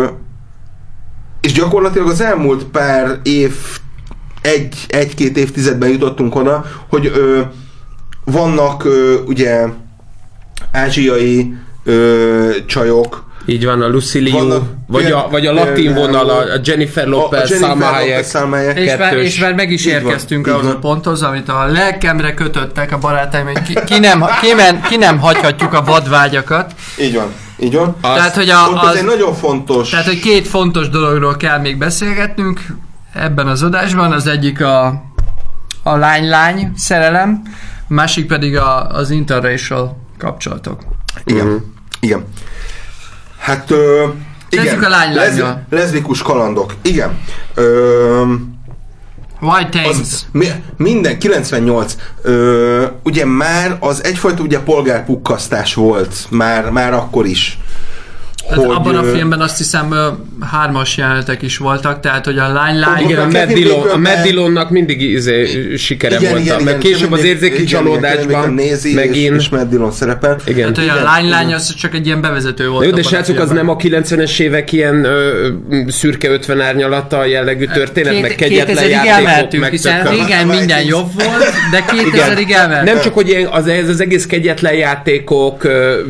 és gyakorlatilag az elmúlt pár év, egy, egy-két évtizedben jutottunk oda, hogy ö, vannak ö, ugye ázsiai ö, csajok. Így van, a Lucy Liu, vagy, ilyen, a, vagy a latin vonal, a Jennifer Lopez, Salma Hayek. És már, és már meg is így érkeztünk ahhoz a ponthoz, amit a lelkemre kötöttek a barátaim, hogy ki, ki, nem, ki, men, ki nem hagyhatjuk a vadvágyakat. Így van. Így van. Az, tehát, hogy a, az, az egy nagyon fontos... Tehát, hogy két fontos dologról kell még beszélgetnünk ebben az adásban. Az egyik a, a lány-lány szerelem, a másik pedig a, az interracial kapcsolatok. Igen. Uh-huh. Igen. Hát, ö, igen. a lány-lánnyal. Leszbikus kalandok. Igen. Ö, White Thames. Az, mi, minden, kilencvennyolc. Ö, ugye már az egyfajta ugye polgárpukkasztás volt, már, már akkor is. Hogy, abban a filmben azt hiszem hármas jelenetek is voltak, tehát hogy a lány-lány... Igen, a Matt Dillon, a Matt Dillonnak mindig izé, sikere igen, volt, igen, mert igen, később az érzéki csalódásban megint... És Matt Dillon szerepel. Igen. Tehát, hogy a lány-lány az csak egy ilyen bevezető volt. Jó, de srácok, az nem a kilencvenes évek ilyen ö, szürke ötven árnyalata jellegű történet, Két, meg kegyetlen játékok, meg hiszen régen minden jobb volt, de kétezerig elmentünk. Nem csak, hogy ilyen, az, ez az egész kegyetlen játékok,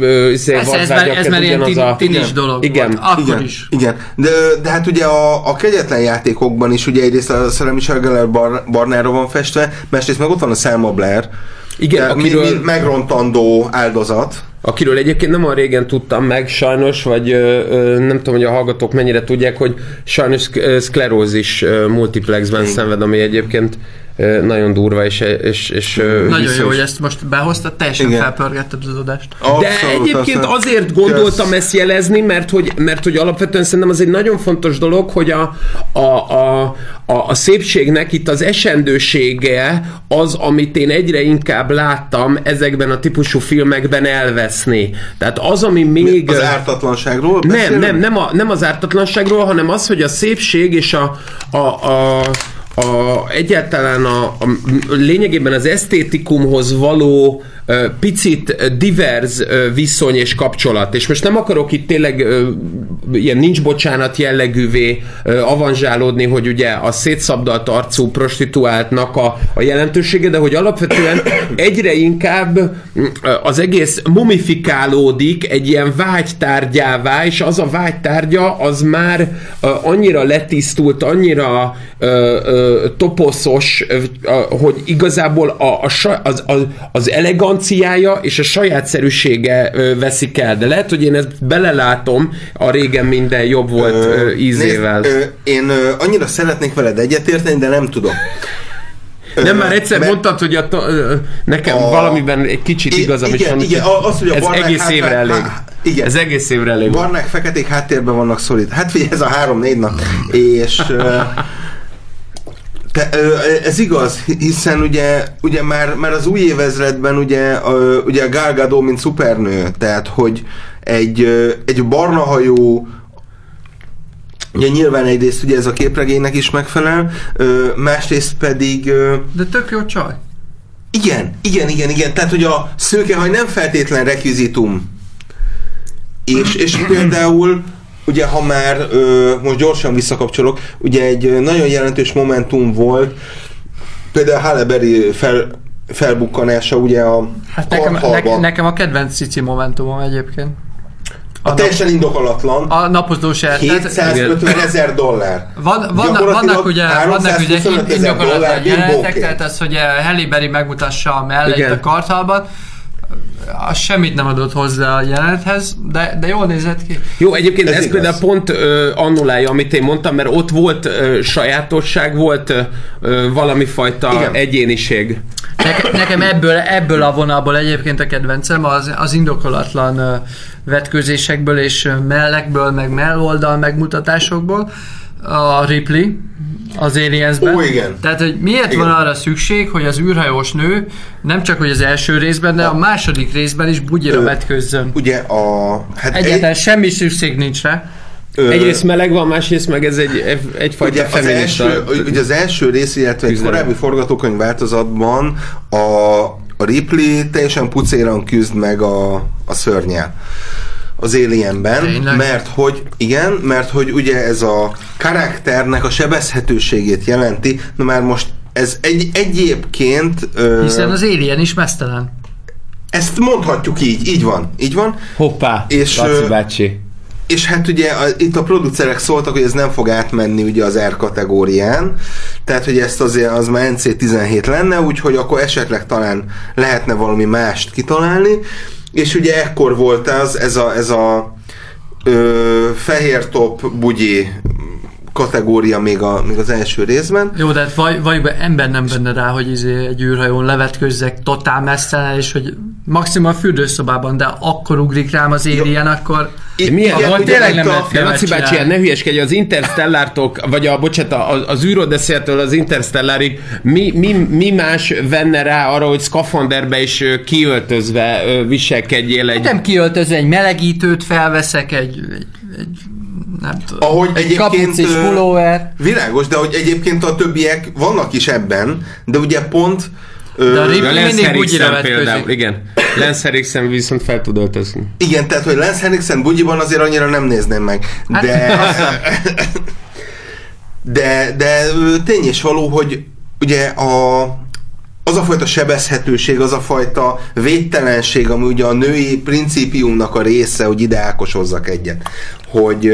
ez már ilyen tinis dolog igen, volt, akkor igen, is. Igen, de, de hát ugye a, a kegyetlen játékokban is ugye egyrészt a Sarah Michelle Gellar bar, barnára van festve, másrészt meg ott van a Selma Blair, igen, akiről, mi, mi megrontandó áldozat. Akiről egyébként nem olyan régen tudtam meg, sajnos, vagy ö, ö, nem tudom, hogy a hallgatók mennyire tudják, hogy sajnos szklerózis multiplexben igen. szenved, ami egyébként nagyon durva, és... és, és nagyon viszont... jó, hogy ezt most behoztad, teljesen felpörgetted az adást. De abszolút, egyébként aztán... azért gondoltam ezt jelezni, mert hogy, mert hogy alapvetően szerintem az egy nagyon fontos dolog, hogy a, a, a, a, a szépségnek itt az esendősége az, amit én egyre inkább láttam ezekben a típusú filmekben elveszni. Tehát az, ami még... Az ártatlanságról nem, nem, nem, a, nem az ártatlanságról, hanem az, hogy a szépség és a, a, a A, egyáltalán a, a lényegében az esztétikumhoz való uh, picit divers uh, viszony és kapcsolat. És most nem akarok itt tényleg uh, ilyen nincs bocsánat jellegűvé avanzsálódni, hogy ugye a szétszabdalt arcú prostituáltnak a, a jelentősége, de hogy alapvetően egyre inkább az egész mumifikálódik egy ilyen vágytárgyává, és az a vágytárgya az már annyira letisztult, annyira toposzos, hogy igazából a, a, az, az, az eleganciája és a sajátszerűsége veszik el. De lehet, hogy én ezt belelátom, a régen minden jobb volt ö, ízével. Nézd, ö, én ö, annyira szeretnék veled egyetérteni, de nem tudom. Nem, már egyszer mert mondtad, hogy a, nekem a, valamiben egy kicsit igazam is van. Igen, az, hogy a ez egész évre háttér, elég. Há, igen. Ez egész évre elég. Barnák, feketék háttérben vannak szolid. Hát figyelj, ez a három-négy nap. És te, ez igaz, hiszen ugye, ugye már, már az új évezredben ugye, ugye a Gal Gadot, mint szupernő, tehát hogy egy, egy barna hajú, ugye nyilván egyrészt ugye ez a képregénynek is megfelel, másrészt pedig... De tök jó csaj. Igen, igen, igen, igen, tehát hogy a szőkehaj nem feltétlen rekvizitum. És, és például ugye ha már ö, most gyorsan visszakapcsolok, ugye egy nagyon jelentős momentum volt, például Halle Berry fel, felbukkanása ugye a hát nekem, ne, nekem a kedvenc cici momentumom egyébként. A, a teljesen indokolatlan. A napozós el. hétszázötven ezer dollár. Van, vannak, vannak ugye, vannak ugye indokolatlan jelenetek, tehát az, hogy Halle Berry megmutassa a melleit a karthalban, az semmit nem adott hozzá a jelenethez, de, de jól nézett ki. Jó, egyébként ez, ez például pont ö, annulálja, amit én mondtam, mert ott volt ö, sajátosság, volt ö, valami fajta igen. egyéniség. Neke, nekem ebből, ebből a vonalból egyébként a kedvencem az, az indokolatlan ö, vetkőzésekből és mellekből, meg melloldal megmutatásokból a Ripley az Aliensben. Ó, igen. Tehát, hogy miért igen. van arra szükség, hogy az űrhajós nő nem csak hogy az első részben, de a, a második részben is bugyira vetkőzzön. Ugye a... Hát egyáltalán egy, semmi szükség nincs rá. Ö, Egyrészt meleg van, másrészt meg ez egy, egyfajta ugye feminista. Az első, ugye az első rész, illetve egy korábbi forgatókönyv változatban a, a Ripley teljesen pucéran küzd meg a, a szörnyel az Alienben, Tényleg? mert hogy igen, mert hogy ugye ez a karakternek a sebezhetőségét jelenti, na már most ez egy, egyébként... Hiszen ö, az Alien is meztelen. Ezt mondhatjuk így, így van, így van. Hoppá, és, Laci bácsi. És hát ugye a, itt a producerek szóltak, hogy ez nem fog átmenni ugye az R kategórián, tehát hogy ezt azért az már N C tizenhét lenne, úgyhogy akkor esetleg talán lehetne valami mást kitalálni, és ugye ekkor volt az, ez a, ez a ö, fehér top bugyi kategória még, a, még az első részben. Jó, de hát vaj, vaj, ember nem benne rá, hogy izé egy űrhajón levetközzek totál messzelen, és hogy maximum a fürdőszobában, de akkor ugrik rám az Alien, akkor... Milyen? Ahol tényleg nem lehet filmet Laci bácsi, ne hülyeskedj, az Interstellártól, vagy a, bocsánat, az űrodessziától az Interstellárig mi, mi, mi más venne rá arra, hogy szkafanderbe is kiöltözve viselkedjél egy... Nem kiöltözve, egy melegítőt felveszek, egy... egy, egy nem tudom. Ahogy egy kapuc és pulóver. Világos, de hogy egyébként a többiek vannak is ebben, de ugye pont... De a Ripley mindig bugyira vetkőzik. Igen. Lance Henriksen viszont fel tud öltözni. Igen, tehát, hogy Lance Henriksen bugyiban azért annyira nem nézném meg. De... de, de tény és való, hogy ugye a, az a fajta sebezhetőség, az a fajta védtelenség, ami ugye a női principiumnak a része, hogy ide ákosozzak egyet. Hogy,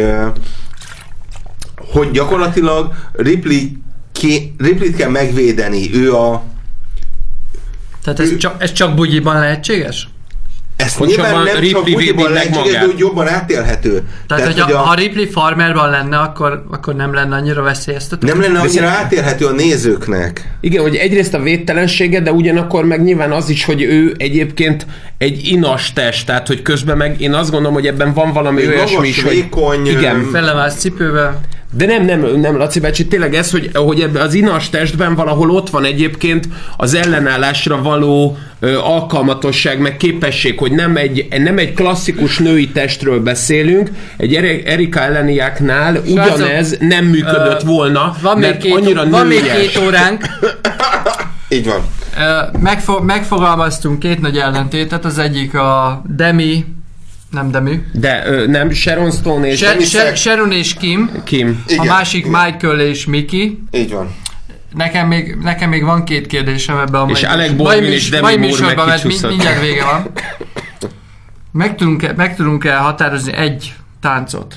hogy gyakorlatilag Ripley ké, Ripleyt kell megvédeni. Ő a Tehát ez, ő, csak, ez csak bugyiban lehetséges? Ezt nyilván nem Ripley csak bugyiban lehetséges, de úgy jobban átélhető. Tehát, Tehát hogy a, ha Ripley farmerban lenne, akkor, akkor nem lenne annyira veszélyeztető? Nem lenne annyira átélhető a nézőknek. Igen, hogy egyrészt a védtelensége, de ugyanakkor meg nyilván az is, hogy ő egyébként egy inas test, tehát hogy közben meg én azt gondolom, hogy ebben van valami olyasmi is, vékony, hogy igen. Felemász cipővel. De nem, nem, nem, Laci bácsi, tényleg ez, hogy, hogy ebben az inas testben valahol ott van egyébként az ellenállásra való ö, alkalmatosság, meg képesség, hogy nem egy, nem egy klasszikus női testről beszélünk, egy Erika Eleniaknál ugyanez nem működött uh, volna, van mert két, annyira nőies. Van még két óránk. Így van. Uh, megfo- megfogalmaztunk két nagy ellentétet, az egyik a Demi Nem Demi. De ö, nem Sharon Stone és... Sher- Sher- Sharon és Kim. Kim. Igen, a másik igen. Michael és Mickey. Így van. Nekem még, nekem még van két kérdésem ebben a és Alec Baldwin és Demi Moore meg kicsúszott. Mindjárt vége van. Meg tudunk-e, meg tudunk-e határozni egy táncot?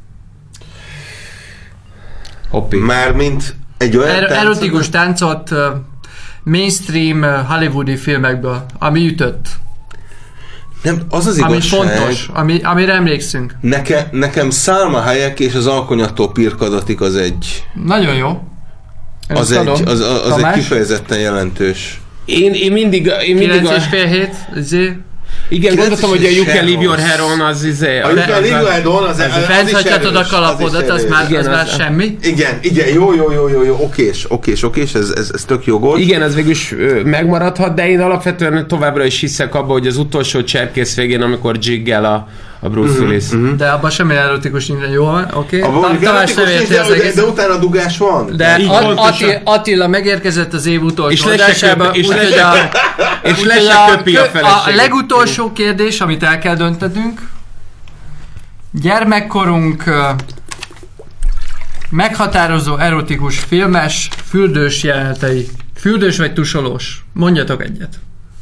Hoppé. Mármint egy olyan er- táncot? Erotikus táncot uh, mainstream uh, hollywoodi filmekből, ami ütött. Nem, az az ami igazság. Ami fontos, ami, amire emlékszünk. Neke, nekem Salma Hayek és az alkonyattól pirkadatik az egy... Nagyon jó. Az egy, az, az, az egy kifejezetten jelentős. Én, én mindig... Én mindig kilenc és fél hét, ezért... Igen, gondoltam, hogy a You Can Leave Your Hair On az izé... A You Can Leave Your Hair On az, az, az, az fent hagyhatod a kalapodat, az, az már, igen, az már semmi. Igen, igen, jó, jó, jó, jó, jó, okés, okés, okés, ez, ez, ez tök jogos. Igen, ez végülis megmaradhat, de én alapvetően továbbra is hiszek abba, hogy az utolsó cserkész végén, amikor jiggel a, a Bruce Willis. Mm-hmm, mm-hmm. De abban semmi erotikus nincs, jó van, oké. Okay. De, de, de utána dugás van. De Attila, Attila megérkezett az év utolsó adásába, és le se köpi a feleségét. A legutolsó kérdés, amit el kell döntenünk. Gyermekkorunk meghatározó erotikus filmes fürdős jelenetei. Fürdős vagy tusolós? Mondjatok egyet.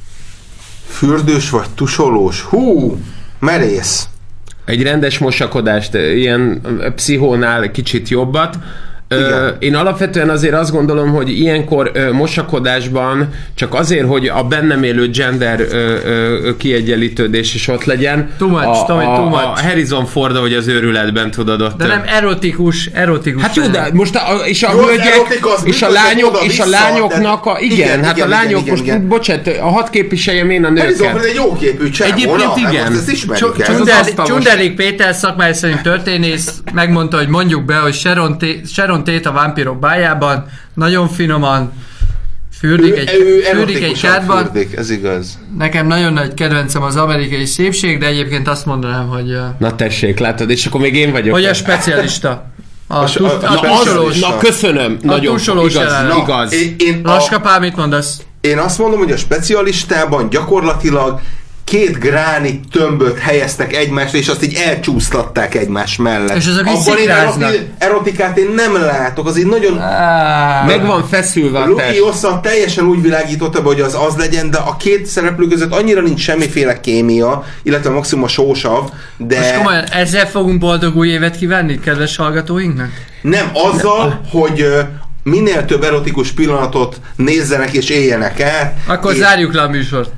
Fürdős vagy tusolós? Hú, merész. Egy rendes mosakodást, ilyen pszichónál kicsit jobbat. Ö, én alapvetően azért azt gondolom, hogy ilyenkor ö, mosakodásban csak azért, hogy a bennem élő gender ö, ö, kiegyenlítődés is ott legyen. Too much, a, Tommy, a, too much. a Harrison Ford, hogy az őrületben tudod ott. De nem erotikus, erotikus. Hát jó, de most a, és a jó, hölgyek, és a lányok, és a lányoknak, a, igen, igen, hát igen, a lányok, igen, most igen. bocsánat, a hat képviseljem én a nőket. Harrison Ford egy jóképű csávó. Egyébként igen. Ezt ismerjük el. Csunderlik Péter szakmai szerint történész megmondta, hogy mondjuk be, hogy Sharon, T- Sharon Tate a vámpírok bájában nagyon finoman fürdik ő, egy, ő fürdik egy kádban. Fürdik, ez igaz. Nekem nagyon nagy kedvencem az amerikai szépség, de egyébként azt mondanám, hogy... Na tessék, látod, és akkor még én vagyok. Hogy a specialista. A, a, tu, a, a, a, a tusolós. Na köszönöm, a nagyon tusolós igaz, jelenet. igaz. Én, én Laska Pál, mit mondasz? Én azt mondom, hogy a specialistában gyakorlatilag két gránit tömböt helyeztek egymásra, és azt így elcsúsztatták egymás mellett. És azok így abban én eroti- erotikát én nem látok, az így nagyon... Meg van feszülve a test. Luki Osszan teljesen úgy világította be, hogy az az legyen, de a két szereplő között annyira nincs semmiféle kémia, illetve maximum a sósav, de... Most komolyan, ezzel fogunk boldog új évet kívánni, kedves hallgatóinknak? Nem, azzal, nem. hogy minél több erotikus pillanatot nézzenek és éljenek át. Akkor és... zárjuk le a műsort.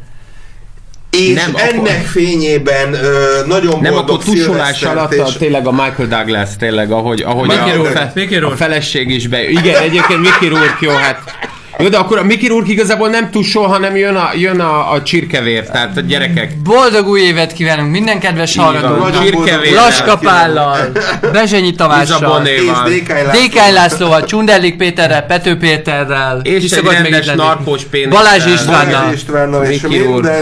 És nem, ennek akkor... fényében ö, nagyon nem, boldog akkor tusolás alatt és... a, tényleg a Michael Douglas, tényleg, ahogy, ahogy Mickey a, Rourke, Mickey Rourke. a feleség is be... Igen, egyébként Mickey Rourke, jó, hát... Jó, de akkor a Mickey Rourke igazából nem tusol, hanem jön a, jön a, a csirkevér, tehát a gyerekek. Boldog új évet kívánunk minden kedves hallgatónak. Csirkevérrel. Laska Pállal, Bezsenyi Tamással, Dékány Lászlóval, Csunderlik Péterrel, Pető Péterrel, és egy rendes narkós pénzzel. Balázs Istvánnal, Balázs Istvánnal és minden.